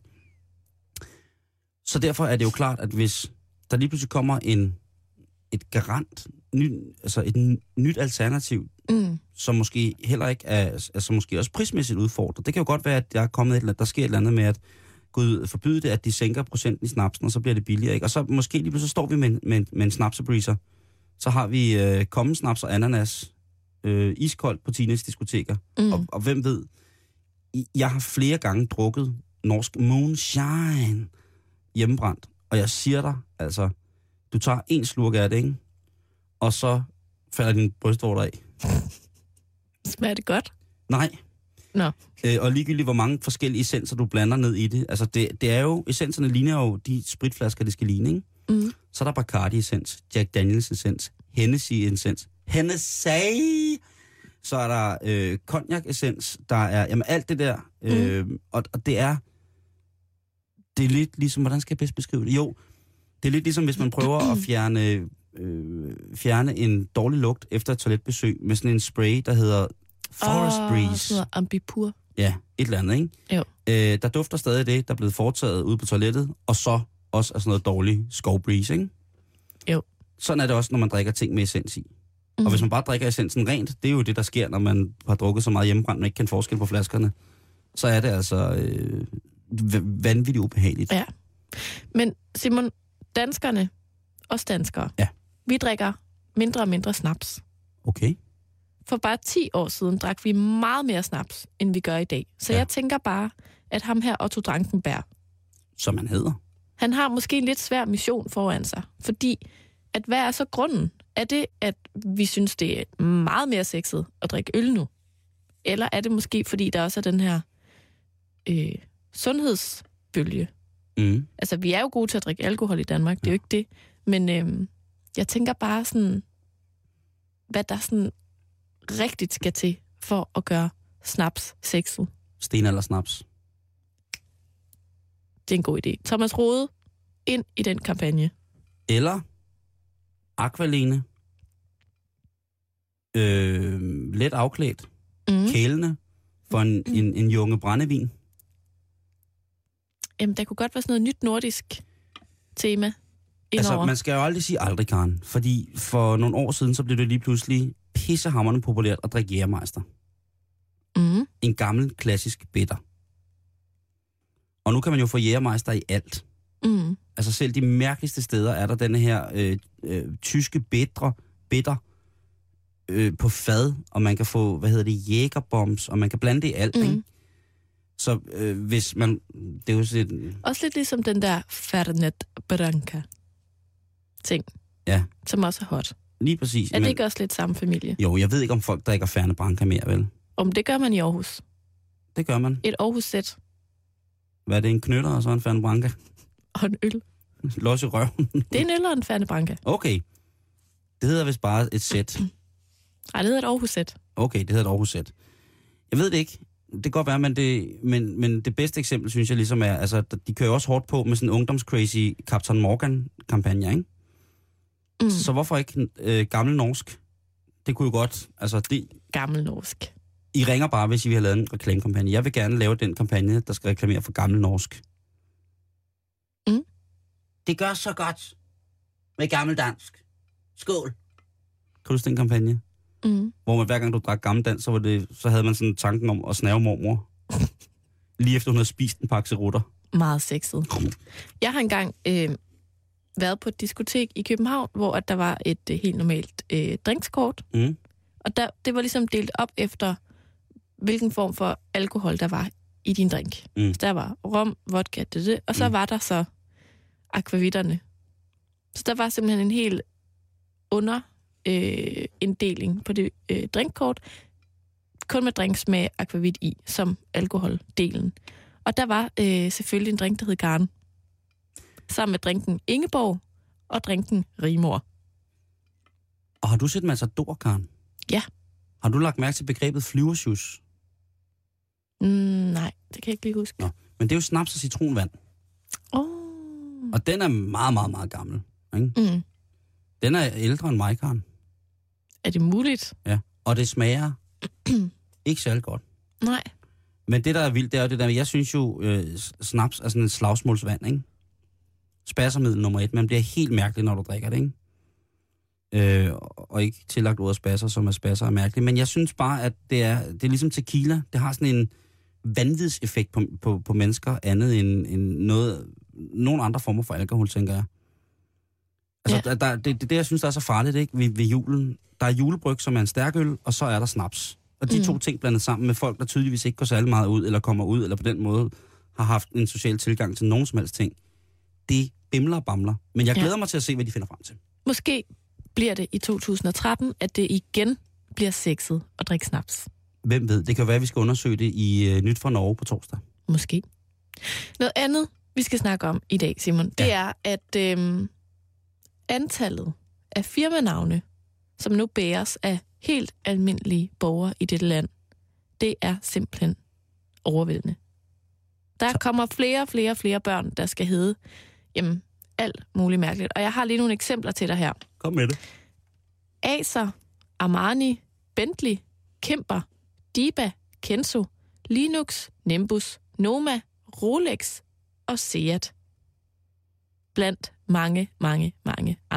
Så derfor er det jo klart, at hvis der lige pludselig kommer en, et garant, ny, altså et nyt alternativ, mm. som måske heller ikke er, altså måske også prismæssigt udfordret. Det kan jo godt være, at der er kommet et, der sker et eller andet med, at Gud forbyde det, at de sænker procenten i snapsen, og så bliver det billigere, ikke? Og så måske lige pludselig står vi med, med, med en snapsebreezer. Så har vi øh, kommensnaps og ananas, øh, iskoldt på teenage-diskoteker. Mm. Og, og hvem ved, jeg har flere gange drukket norsk moonshine hjemmebrændt. Og jeg siger dig, altså, du tager en slurk af det, ikke? Og så falder din brystvorter af. Smager det godt? Nej. Nå. Øh, og ligegyldigt, hvor mange forskellige essenser du blander ned i det. Altså, det, det er jo, essenserne ligner jo de spritflasker, det skal ligne, ikke? Mm. Så er der Bacardi-essens, Jack Daniels-essens, Hennessy-essens, Hennessy! Så er der øh, Cognac-essens, der er, jamen alt det der. Øh, mm. og, og det er, det er lidt ligesom, hvordan skal jeg bedst beskrive det? Jo, det er lidt ligesom, hvis man prøver at fjerne, øh, fjerne en dårlig lugt efter et toiletbesøg med sådan en spray, der hedder Forest oh, Breeze. Sådan noget Ambipur. Ja, et eller andet, ikke? Jo. Øh, der dufter stadig det, der er blevet foretaget ude på toilettet, og så også af sådan noget dårlig skovbreeze, ikke? Jo. sådan er det også, når man drikker ting med essens i. Mm. Og hvis man bare drikker essensen rent, det er jo det, der sker, når man har drukket så meget hjemmebrændt, man ikke kan forskel på flaskerne. Så er det altså øh, vanvittigt ubehageligt. Ja. Men Simon, danskerne, os danskere, ja. vi drikker mindre og mindre snaps. Okay. For bare ti år siden drak vi meget mere snaps, end vi gør i dag. Så ja. jeg tænker bare, at ham her, Otto Drankenberg, som han hedder, han har måske en lidt svær mission foran sig. Fordi, at hvad er så grunden? Er det, at vi synes, det er meget mere sexet at drikke øl nu? Eller er det måske, fordi der også er den her øh, sundhedsbølge? Mm. Altså, vi er jo gode til at drikke alkohol i Danmark, det er jo ikke det. Men øh, jeg tænker bare sådan, hvad der sådan rigtigt skal til for at gøre snaps sexet. Stenaldersnaps. Det er en god idé. Thomas Rode, ind i den kampagne. Eller Aqualene. Øh, let afklædt. Mm. Kælende. For en, mm. en, en junge brændevin. Jamen, der kunne godt være sådan noget nyt nordisk tema indover. Altså, man skal jo aldrig sige aldrig, Karen. Fordi for nogle år siden, så blev det lige pludselig pissehammerende populært at drikke Jægermeister. Mm. En gammel, klassisk bitter. Og nu kan man jo få Jægermeister i alt. Mm. Altså selv de mærkeligste steder er der denne her øh, øh, tyske bitre, bitter øh, på fad, og man kan få, hvad hedder det, jægerbombs, og man kan blande det i alt, mm. ikke? Så øh, hvis man... Det er jo sådan... Også lidt ligesom den der Fernet Branca ting, ja. Som også er hot. Lige præcis. Er det men... ikke også lidt samme familie? Jo, jeg ved ikke, om folk drikker Fernet Branca mere, vel? Om det gør man i Aarhus. Det gør man. Et Aarhus-sæt. Hvad er det, en knytter og så en Fernet Branca? Og en øl. Los i røven. Det er en øl og en Fernet Branca. Okay. Det hedder vist bare et sæt. Nej, det hedder et Aarhus-sæt. Okay, det hedder et Aarhus-sæt. Jeg ved det ikke. Det kan godt være, men det, men, men det bedste eksempel, synes jeg ligesom er, altså, de kører også hårdt på med sådan en ungdomscrazy Captain Morgan-kampagne, ikke? Mm. Så hvorfor ikke øh, gammel norsk? Det kunne jo godt, altså det... Gammel norsk. I ringer bare, hvis I vil have lavet en reklamekampagne. Jeg vil gerne lave den kampagne, der skal reklamere for gammel norsk. Mm. Det gør så godt med gammel dansk. Skål. Kan du huske den kampagne? Mm. Hvor man hver gang du drak gammeldansk, så, var det, så havde man sådan tanken om at snave mormor. Lige efter hun havde spist en pakke cerutter. Meget sexet. Jeg har engang øh, været på et diskotek i København, hvor at der var et øh, helt normalt øh, drinkskort. Mm. Og der, det var ligesom delt op efter, hvilken form for alkohol der var i din drink. Mm. Så der var rom, vodka, det, det, og så mm. var der så akvavitterne. Så der var simpelthen en helt under... Øh, inddeling på det øh, drinkkort, kun med drinks med akvavit i, som alkoholdelen. Og der var øh, selvfølgelig en drink, der hed Karen. Sammen med drinken Ingeborg og drinken Rigmor. Og har du set Matador, Karen? Ja. Har du lagt mærke til begrebet flyversjus? Mm, nej, det kan jeg ikke lige huske. Nå, men det er jo snaps og citronvand. Oh. Og den er meget, meget, meget gammel. Ikke? Mm. Den er ældre end mig, Karen. Er det muligt? Ja, og det smager ikke særlig godt. Nej. Men det, der er vildt, det er jo det der, jeg synes jo, øh, snaps er sådan en slagsmålsvand, ikke? Spassermiddel nummer et. Man bliver helt mærkelig, når du drikker det, ikke? Øh, og ikke tillagt ordet spasser, som er spasser er mærkeligt. Men jeg synes bare, at det er, det er ligesom tequila. Det har sådan en vanvidseffekt på, på, på mennesker, andet end, end noget, nogle andre former for alkohol, tænker jeg. Altså, ja. der, det, det, det, jeg synes, der er så farligt, ikke? Ved, ved julen. Der er julebryg, som er en stærkøl, og så er der snaps. Og de mm. to ting blandet sammen med folk, der tydeligvis ikke går særlig meget ud, eller kommer ud, eller på den måde har haft en social tilgang til nogen som helst ting. Det bimler og bamler. Men jeg glæder ja. mig til at se, hvad de finder frem til. Måske bliver det i to tusind og tretten, at det igen bliver sexet at drikke snaps. Hvem ved? Det kan være, at vi skal undersøge det i uh, Nyt fra Norge på torsdag. Måske. Noget andet, vi skal snakke om i dag, Simon, det ja. er, at øhm, antallet af firmanavne, som nu bæres af helt almindelige borgere i dette land, det er simpelthen overvældende. Der Så. kommer flere og flere og flere børn, der skal hedde jamen, alt muligt mærkeligt. Og jeg har lige nogle eksempler til dig her. Kom med det. Acer, Armani, Bentley, Kemper, Diba, Kenzo, Linux, Nimbus, Noma, Rolex og Seat. Blandt mange, mange, mange andre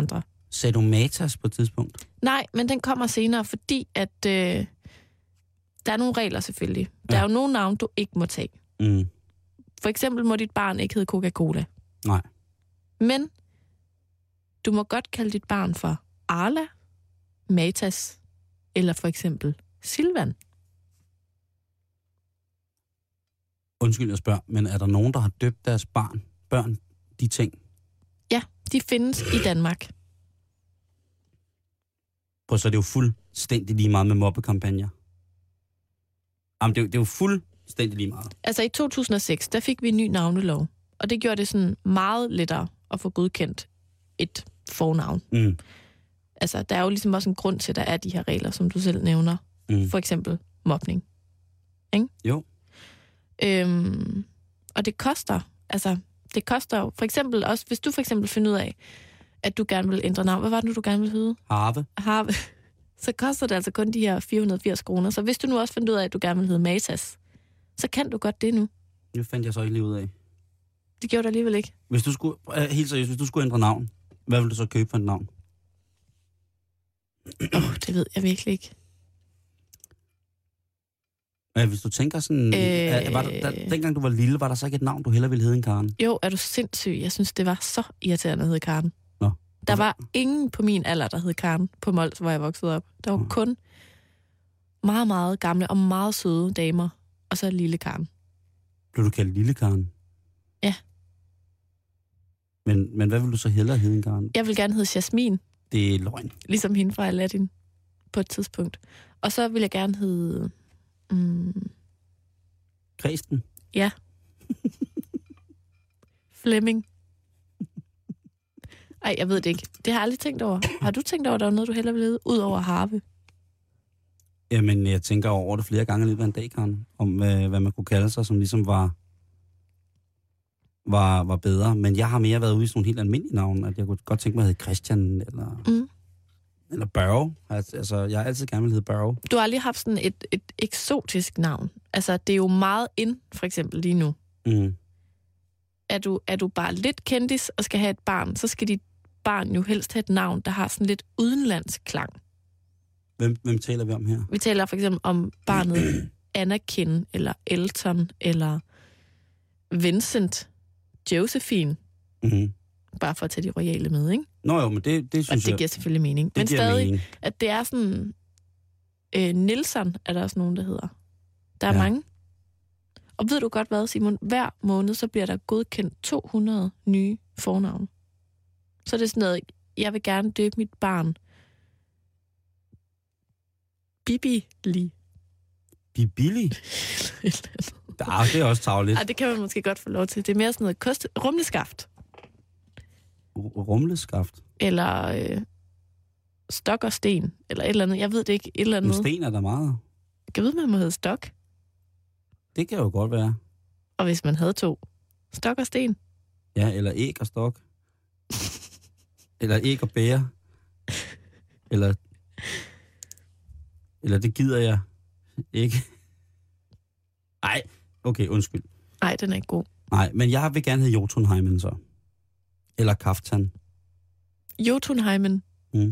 Sagde du Matas på et tidspunkt? Nej, men den kommer senere, fordi at øh, der er nogle regler selvfølgelig. Der Ja. er jo nogle navne, du ikke må tage. Mm. For eksempel må dit barn ikke hedde Coca-Cola. Nej. Men du må godt kalde dit barn for Arla, Matas eller for eksempel Silvan. Undskyld, jeg spørger, men er der nogen, der har døbt deres barn, børn de ting? Ja, de findes i Danmark. Prøv, så er det jo fuldstændig lige meget med mobbekampagner. Jamen, det er, jo, det er jo fuldstændig lige meget. Altså i to tusind og seks, der fik vi en ny navnelov. Og det gjorde det sådan meget lettere at få godkendt et fornavn. Mm. Altså, der er jo ligesom også en grund til, at der er de her regler, som du selv nævner. Mm. For eksempel mobning. Ikke? Jo. Øhm, og det koster, altså, det koster jo, for eksempel også, hvis du for eksempel finder ud af, at du gerne vil ændre navn. Hvad var det nu, du gerne vil hedde? Harve. Harve. Så koster det altså kun de her fire hundrede og firs kroner. Så hvis du nu også finder ud af, at du gerne vil hedde Matas, så kan du godt det nu. Det fandt jeg så ikke lige ud af. Det gjorde du alligevel ikke. Hvis du skulle, helt seriøst, hvis du skulle ændre navn, hvad ville du så købe for et navn? Åh, oh, det ved jeg virkelig ikke. Ja, hvis du tænker sådan... Øh... Var der, der, dengang du var lille, var der så ikke et navn, du hellere ville hedde end Karen? Jo, er du sindssyg? Jeg synes, det var så irriterende at hedde Karen. Nå. Der var ingen på min alder, der hed Karen på Mols, hvor jeg voksede op. Der var Nå. kun meget, meget gamle og meget søde damer, og så lille Karen. Blev du kaldt lille Karen? Ja. Men, men hvad vil du så hellere hedde end Karen? Jeg vil gerne hedde Jasmin, Det er løgn. ligesom hende fra Aladdin på et tidspunkt. Og så vil jeg gerne hedde... Mm, Kristen? ja. Flemming. Ej, jeg ved det ikke. Det har jeg aldrig tænkt over. Har du tænkt over, at der var noget, du hellere ville hedde, ud over Harve? Jamen, jeg tænker over det flere gange i løbet af en dag, Karen, om øh, hvad man kunne kalde sig, som ligesom var, var, var bedre. Men jeg har mere været ude i sådan nogle helt almindelige navn, at jeg kunne godt tænke mig at hedde Christian, eller, Mm. eller Børge. Altså, jeg har altid gerne vil hedde Børge. Du har aldrig haft sådan et, et eksotisk navn. Altså, det er jo meget ind, for eksempel lige nu. Mm. Er du, er du bare lidt kendis og skal have et barn, så skal dit barn jo helst have et navn, der har sådan lidt udenlandsk klang. Hvem, hvem taler vi om her? Vi taler for eksempel om barnet Anakin, eller Elton, eller Vincent, Josephine. Mm-hmm. Bare for at tage de royale med, ikke? Nå jo, men det, det Og synes det jeg... giver selvfølgelig mening. Det Men giver stadig, mening. at det er sådan... Øh, Nielsen er der også nogen, der hedder. Der er Ja. ja. mange. Og ved du godt hvad, Simon? Hver måned, så bliver der godkendt to hundrede nye fornavne. Så er det sådan noget, jeg vil gerne døbe mit barn. Bibi-li. Bibili? Ja, det er også tavligt. Ej, det kan man måske godt få lov til. Det er mere sådan noget kost- rumleskaft. Rumleskaft. Eller øh, stok og sten. Eller et eller andet. Jeg ved det ikke. Et eller Men andet. sten er der meget. Kan vide, man må hedde stok? Det kan jo godt være. Og hvis man havde to. Stok og sten. Ja, eller æg og stok. Eller æg og bære. Eller... Eller det gider jeg ikke. Nej, okay, undskyld. Nej, den er ikke god. Nej, men jeg vil gerne hedde Jotunheimen så. Eller Kaftan. Jotunheimen. Mm.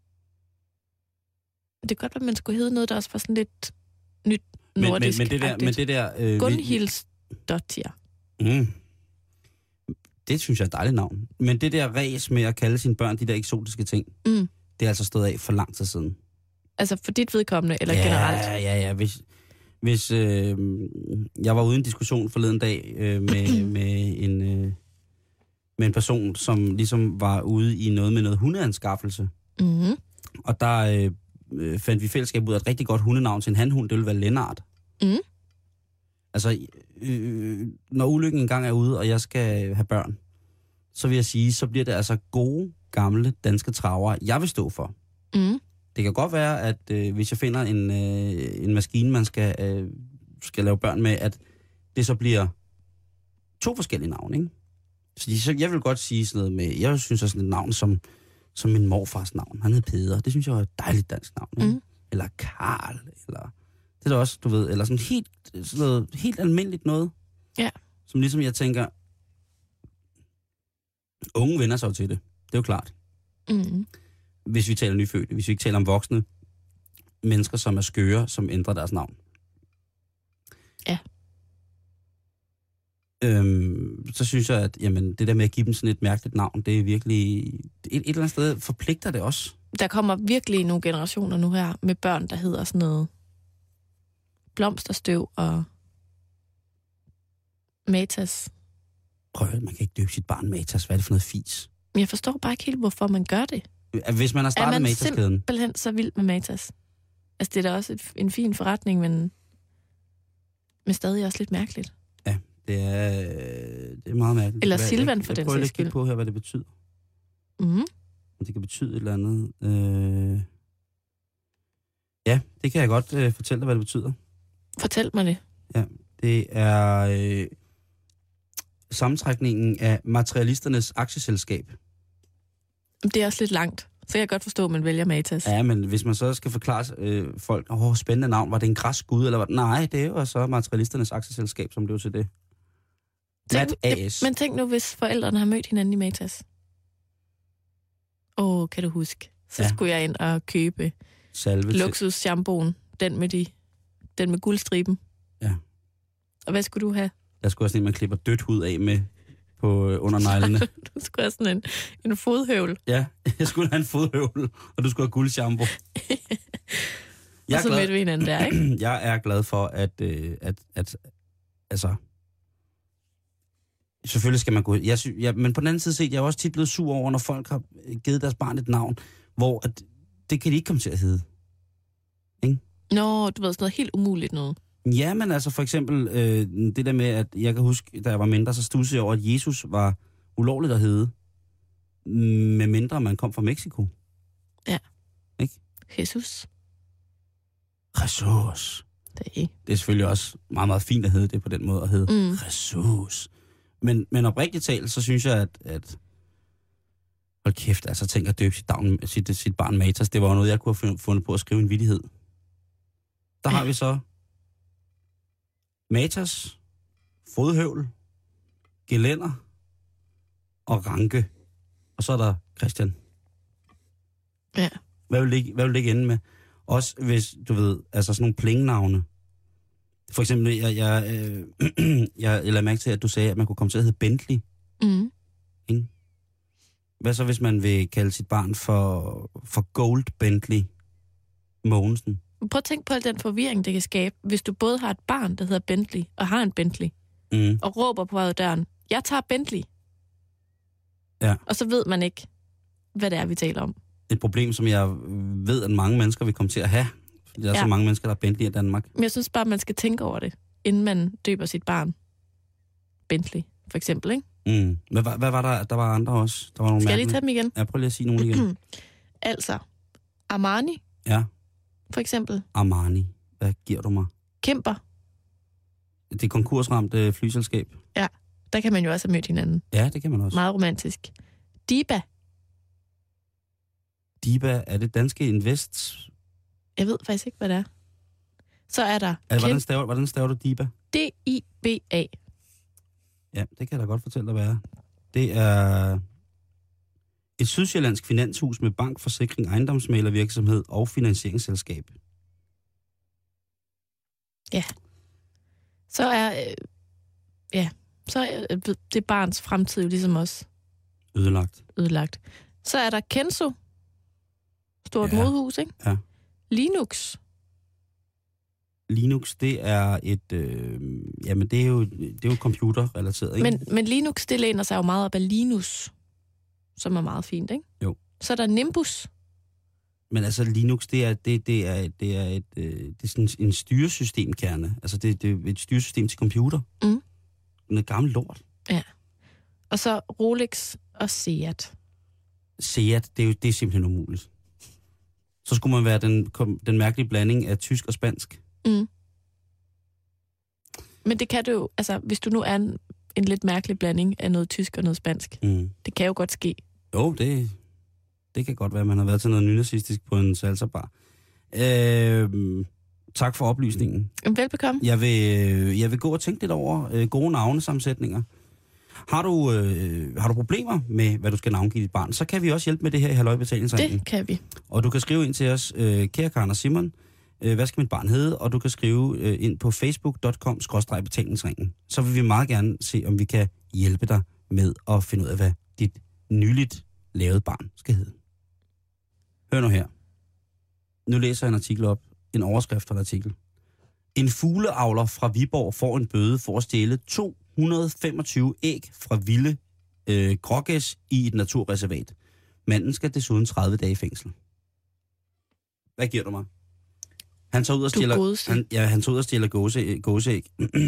Det kan godt være, at man skulle hedde noget, der også var sådan lidt nyt Men, men, nordisk. men det der... Men det der øh, Gunhildsdottir. Mm. Det synes jeg er et dejligt navn. Men det der ræs med at kalde sine børn de der eksotiske ting, Mm. det er altså stået af for lang tid siden. Altså for dit vedkommende, eller ja, generelt? Ja, ja, ja. Hvis, hvis øh, jeg var ude i en diskussion forleden dag øh, med, med, en, øh, med en person, som ligesom var ude i noget med noget hundeanskaffelse. Mm-hmm. Og der øh, fandt vi fællesskab ud af et rigtig godt hundenavn til en hanhund. Det ville være Lennart. Mm. Altså, øh, når ulykken engang er ude, og jeg skal have børn, så vil jeg sige, så bliver det altså gode, gamle danske traver, jeg vil stå for. Mm. Det kan godt være, at øh, hvis jeg finder en, øh, en maskine, man skal, øh, skal lave børn med, at det så bliver to forskellige navne, ikke? Så, så jeg vil godt sige sådan noget med, jeg synes også sådan et navn som, som min morfars navn. Han hed Peder. Det synes jeg var et dejligt dansk navn. Ikke? Mm. Eller Karl, eller det er da også, du ved, eller sådan helt, sådan noget helt almindeligt noget. Ja. Som ligesom jeg tænker, unge vender sig jo til det. Det er jo klart. Mm. hvis vi taler nyfødte, hvis vi ikke taler om voksne mennesker, som er skøre, som ændrer deres navn. Ja. Øhm, så synes jeg, at jamen, det der med at give dem sådan et mærkeligt navn, det er virkelig... Et, et eller andet sted forpligter det også. Der kommer virkelig nogle generationer nu her med børn, der hedder sådan noget blomsterstøv og Matas. Prøv, man kan ikke døbe sit barn Matas. Hvad er det for noget fis? Men jeg forstår bare ikke helt, hvorfor man gør det. Hvis man har startet Matas-kæden... Er man simpelthen så vild med Matas? Altså, det er da også et, en fin forretning, men, men stadig også lidt mærkeligt. Ja, det er, det er meget mærkeligt. Eller hvad, Silvan jeg, for jeg, den jeg prøver sags lige at kigge skyld. på her, hvad det betyder. Mhm. Det kan betyde et eller andet. Øh... Ja, det kan jeg godt øh, fortælle dig, hvad det betyder. Fortæl mig det. Ja, det er øh, sammentrækningen af materialisternes aktieselskab. Det er også lidt langt. Så kan jeg godt forstå, at man vælger Matas. Ja, men hvis man så skal forklare øh, folk, åh, oh, spændende navn, var det en græsk gud, eller hvad? Nej, det er jo så materialisternes aktieselskab, som blev til det. Tænk, Mat A S. Men tænk nu, hvis forældrene har mødt hinanden i Matas. Åh, oh, kan du huske? Så Ja. ja. skulle jeg ind og købe Salve til. luksus-shampooen. Den med, de, den med guldstriben. Ja. Og hvad skulle du have? Der skulle også en, man klipper dødt hud af med på øh, under neglene. Du skulle have sådan en, en fodhøvl. Ja, jeg skulle have en fodhøvel, og du skulle have guldshampoo. Jeg Og er så glad- mødte vi hinanden der, ikke? Jeg er glad for, at, øh, at, at altså, selvfølgelig skal man gå... Jeg sy, ja, men på den anden side set, jeg er også tit blevet sur over, når folk har givet deres barn et navn, hvor at, det kan de ikke komme til at hedde. Nå, du ved sådan noget helt umuligt noget. Ja, men altså for eksempel øh, det der med, at jeg kan huske, da jeg var mindre, så studsede jeg over, at Jesus var ulovligt at hedde, med mindre man kom fra Mexico. Jesus. Jesus. Det er ikke. Det er selvfølgelig også meget, meget fint at hedde det på den måde, at hedde Mm. Jesus. Men, men oprigtigt talt, så synes jeg, at, at hold kæft, altså tænk at døbe sit, navn, sit, sit barn Matas, det var jo noget, jeg kunne have fundet på at skrive en vittighed. Der har vi så Matas, fodhøvl, gelænder og ranke. Og så er der Christian. Ja. Hvad vil det, hvad vil det ikke ende med? Også hvis, du ved, altså sådan nogle plingnavne. For eksempel, jeg, jeg, øh, jeg, jeg lader mærke til, at du sagde, at man kunne komme til at hedde Bentley. Mm. Ikke? Hvad så, hvis man vil kalde sit barn for, for Gold Bentley Mogensen? Prøv at tænke på al den forvirring, det kan skabe, hvis du både har et barn, der hedder Bentley, og har en Bentley, Mm. og råber på vej ud af døren, jeg tager Bentley. Ja. Og så ved man ikke, hvad det er, vi taler om. Et problem, som jeg ved, at mange mennesker vil komme til at have. Fordi der er Ja. så mange mennesker, der er Bentley i Danmark. Men jeg synes bare, man skal tænke over det, inden man døber sit barn. Bentley, for eksempel, ikke? Mm. Hvad, var- hvad var der? Der var andre også. Der var nogle Skal jeg lige mærkelige- tage dem igen? Ja, prøv lige at sige nogle igen. Altså, Armani, Ja, for eksempel. Armani. Hvad giver du mig? Kæmper, Det er konkursramte flyselskab. der kan man jo også have mødt hinanden. Ja, det kan man også. Meget romantisk. Diba, Diba, er det danske invest? jeg ved faktisk ikke, hvad det er. Så er der Er, hvordan, Kæm- staver, hvordan staver du Diba? D I B A. Ja, det kan jeg da godt fortælle dig, hvad er. Det er et sydsjællandsk finanshus med bank, forsikring, ejendomsmæglervirksomhed og finansieringsselskab. Så er, øh, ja, så er øh, det barns fremtid jo ligesom også Ødelagt. ødelagt. Så er der Kenzo, stort Ja. ja. modhus, ikke? Ja. Linux, Linux, det er et, øh, jamen det er jo, det er jo computerrelateret, ikke? men, men Linux, det læner sig jo meget op af Linus, som er meget fint, ikke? Jo. Så er der Nimbus, Men altså Linux, det er, det, det er, det er, et, øh, det er sådan en styresystemkerne. Altså det, det er et styresystem til computer. Mm. Noget gammelt lort. og så Rolex og Seat. Seat, det er jo det er simpelthen umuligt. Så skulle man være den, kom- den mærkelige blanding af tysk og spansk. Mm. Men det kan du jo, altså hvis du nu er en, en lidt mærkelig blanding af noget tysk og noget spansk, Mm. det kan jo godt ske. Jo, det, det kan godt være, at man har været til noget nynazistisk på en salsa-bar. Øh, tak for oplysningen. Velbekomme. Jeg vil, jeg vil gå og tænke lidt over øh, gode navnesammensætninger. Har du, øh, har du problemer med, hvad du skal navngive dit barn, så kan vi også hjælpe med det her i Halløj Betalingsringen. Det kan vi. Og du kan skrive ind til os, øh, kære Karen og Simon, øh, hvad skal mit barn hedde? Og du kan skrive øh, ind på facebook punktum com skråstreg betalingsringen. Så vil vi meget gerne se, om vi kan hjælpe dig med at finde ud af, hvad dit nyligt lavede barn skal hedde. Hør nu her. Nu læser jeg en artikel op. En overskrift fra en artikel. En fugleavler fra Viborg får en bøde for at stjæle to hundrede femogtyve æg fra vilde øh, grågæs i et naturreservat. Manden skal desuden tredive dage i fængsel. Hvad giver du mig? Han tager ud og stjæler, han, ja, han tager ud og stjæler gåse, gåseæg.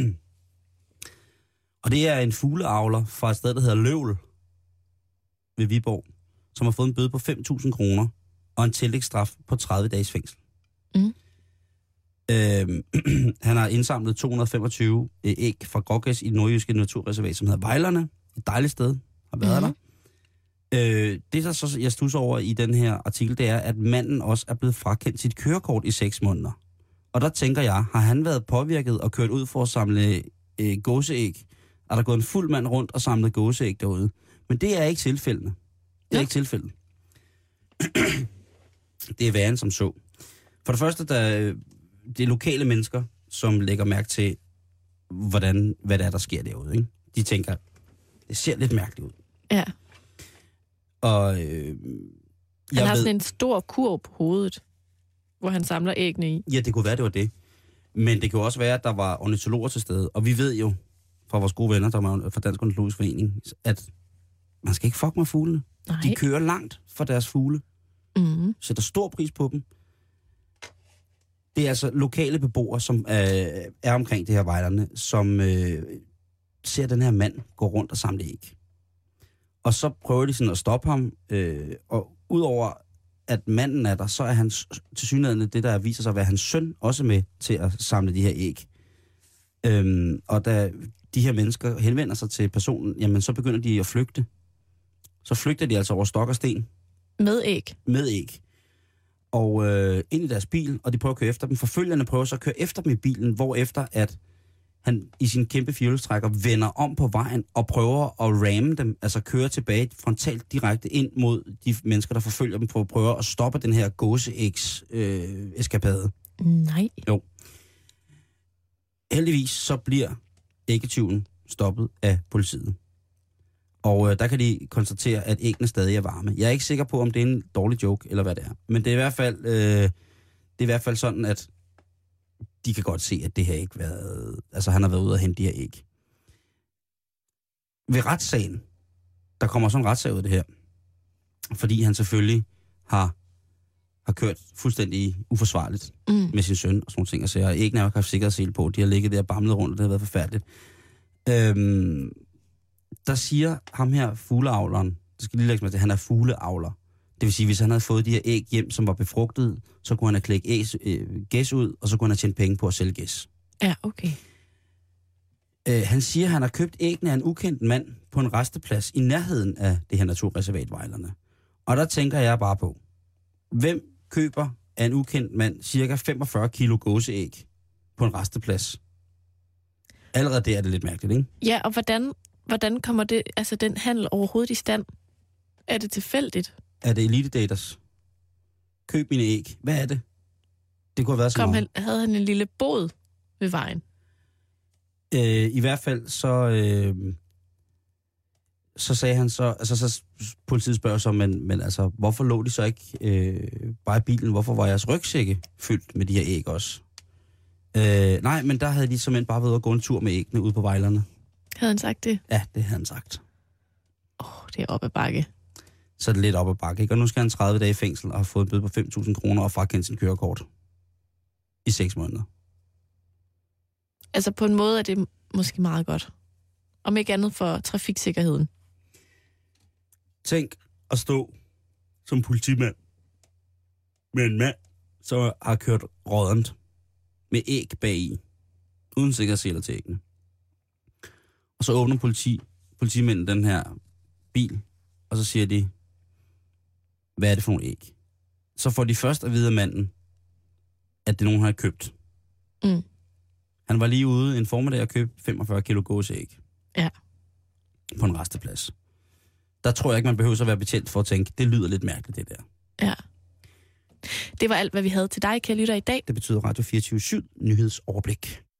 Og det er en fugleavler fra et sted, der hedder Løvl ved Viborg, som har fået en bøde på fem tusind kroner og en tillægsstraf på tredive dages fængsel. Mm. Øhm, han har indsamlet to hundrede femogtyve æg fra grågæs i det nordjyske naturreservat, som hedder Vejlerne. Et dejligt sted. Har været mm-hmm. der. Øh, det, der så jeg stusser over i den her artikel, det er, at manden også er blevet frakendt sit kørekort i seks måneder. Og der tænker jeg, har han været påvirket og kørt ud for at samle øh, gåseæg? Er der gået en fuld mand rundt og samlet gåseæg derude? Men det er ikke tilfældende. Det er ja. ikke tilfældet. Det er værre som så. For det første, der det er lokale mennesker, som lægger mærke til, hvordan, hvad der er, der sker derude. Ikke? De tænker, det ser lidt mærkeligt ud. Ja. Og øh, han har ved, sådan en stor kurv på hovedet, hvor han samler æggene i. Ja, det kunne være, det var det. Men det kan også være, at der var ornitologer til stede. Og vi ved jo, fra vores gode venner, der var fra Dansk Ornitologisk Forening, at man skal ikke fuck med fuglene. Nej. De kører langt for deres fugle. Mm. Sætter stor pris på dem. Det er altså lokale beboere, som øh, er omkring det her Vejlerne, som øh, ser den her mand gå rundt og samle æg. Og så prøver de sådan at stoppe ham, øh, og udover at manden er der, så er han tilsyneladende det, der viser sig at være hans søn, også med til at samle de her æg. Øhm, og da de her mennesker henvender sig til personen, jamen så begynder de at flygte. Så flygter de altså over stok og sten. Med æg? Med æg. Og øh, ind i deres bil, og de prøver at køre efter dem. Forfølgerne prøver så at køre efter dem i bilen, hvorefter at han i sin kæmpe firehjulstrækker vender om på vejen og prøver at ramme dem, altså køre tilbage frontalt direkte ind mod de mennesker, der forfølger dem, for at prøve at stoppe den her gåseægs-eskapade. Øh, Nej. Jo. Heldigvis så bliver æggetyven stoppet af politiet. Og øh, der kan de konstatere, at æggene stadig er varme. Jeg er ikke sikker på, om det er en dårlig joke, eller hvad det er. Men det er i hvert fald, øh, det er i hvert fald sådan, at de kan godt se, at det her ikke været... Altså, han har været ude og hente de her æg. Ved retssagen, der kommer sådan en retssag ud af det her. Fordi han selvfølgelig har, har kørt fuldstændig uforsvarligt mm. med sin søn og sådan nogle ting. Altså, og æggene har ikke haft sikkerhedssel på. De har ligget der og bamlet rundt, og det har været forfærdeligt. Øhm... Der siger ham her fugleavleren, det skal lige lægge mig til, at han er fugleavler. Det vil sige, hvis han havde fået de her æg hjem, som var befrugtet, så kunne han have klædt æg, øh, gæs ud, og så kunne han have tjent penge på at sælge gæs. Ja, okay. Øh, han siger, at han har købt æggene af en ukendt mand på en resteplads i nærheden af det her naturreservat Vejlerne. Og der tænker jeg bare på, hvem køber af en ukendt mand cirka femogfyrre kilo gåseæg på en resteplads? Allerede der er det lidt mærkeligt, ikke? Ja, og hvordan... Hvordan kommer det, altså den handel overhovedet i stand? Er det tilfældigt? Er det Elite Daters? Køb mine æg. Hvad er det? Det kunne have været sådan Kom han, havde han en lille bod ved vejen? Øh, I hvert fald så, øh, så sagde han så, altså så politiet spørger så, men, men altså, hvorfor lå de så ikke øh, bare i bilen? Hvorfor var jeres rygsække fyldt med de her æg også? Øh, nej, men der havde de simpelthen bare været ude og gå en tur med æggene ude på Vejlerne. Havde han sagt det? Ja, det havde han sagt. Åh, oh, det er op ad bakke. Så er det lidt op ad bakke, ikke? Og nu skal han tredive dage i fængsel og har fået en bøde på fem tusind kroner og frakendt sin kørekort. I seks måneder. Altså på en måde er det måske meget godt. Om ikke andet for trafiksikkerheden. Tænk at stå som politimand med en mand, som har kørt rådent med æg bagi, uden sikkerhedsseler til æggene. Og så åbner politi, politimænden den her bil, og så siger de, hvad er det for nogle æg? Så får de først at vide af manden, at det er nogen, han har købt. Mm. Han var lige ude en formiddag og købte femogfyrre kilo gåseæg. Ja. på en resteplads. Der tror jeg ikke, man behøver at være betjent for at tænke, det lyder lidt mærkeligt, det der. Ja. Det var alt, hvad vi havde til dig, kære lytter, i dag. Det betyder Radio fireogtyve syv nyhedsoverblik.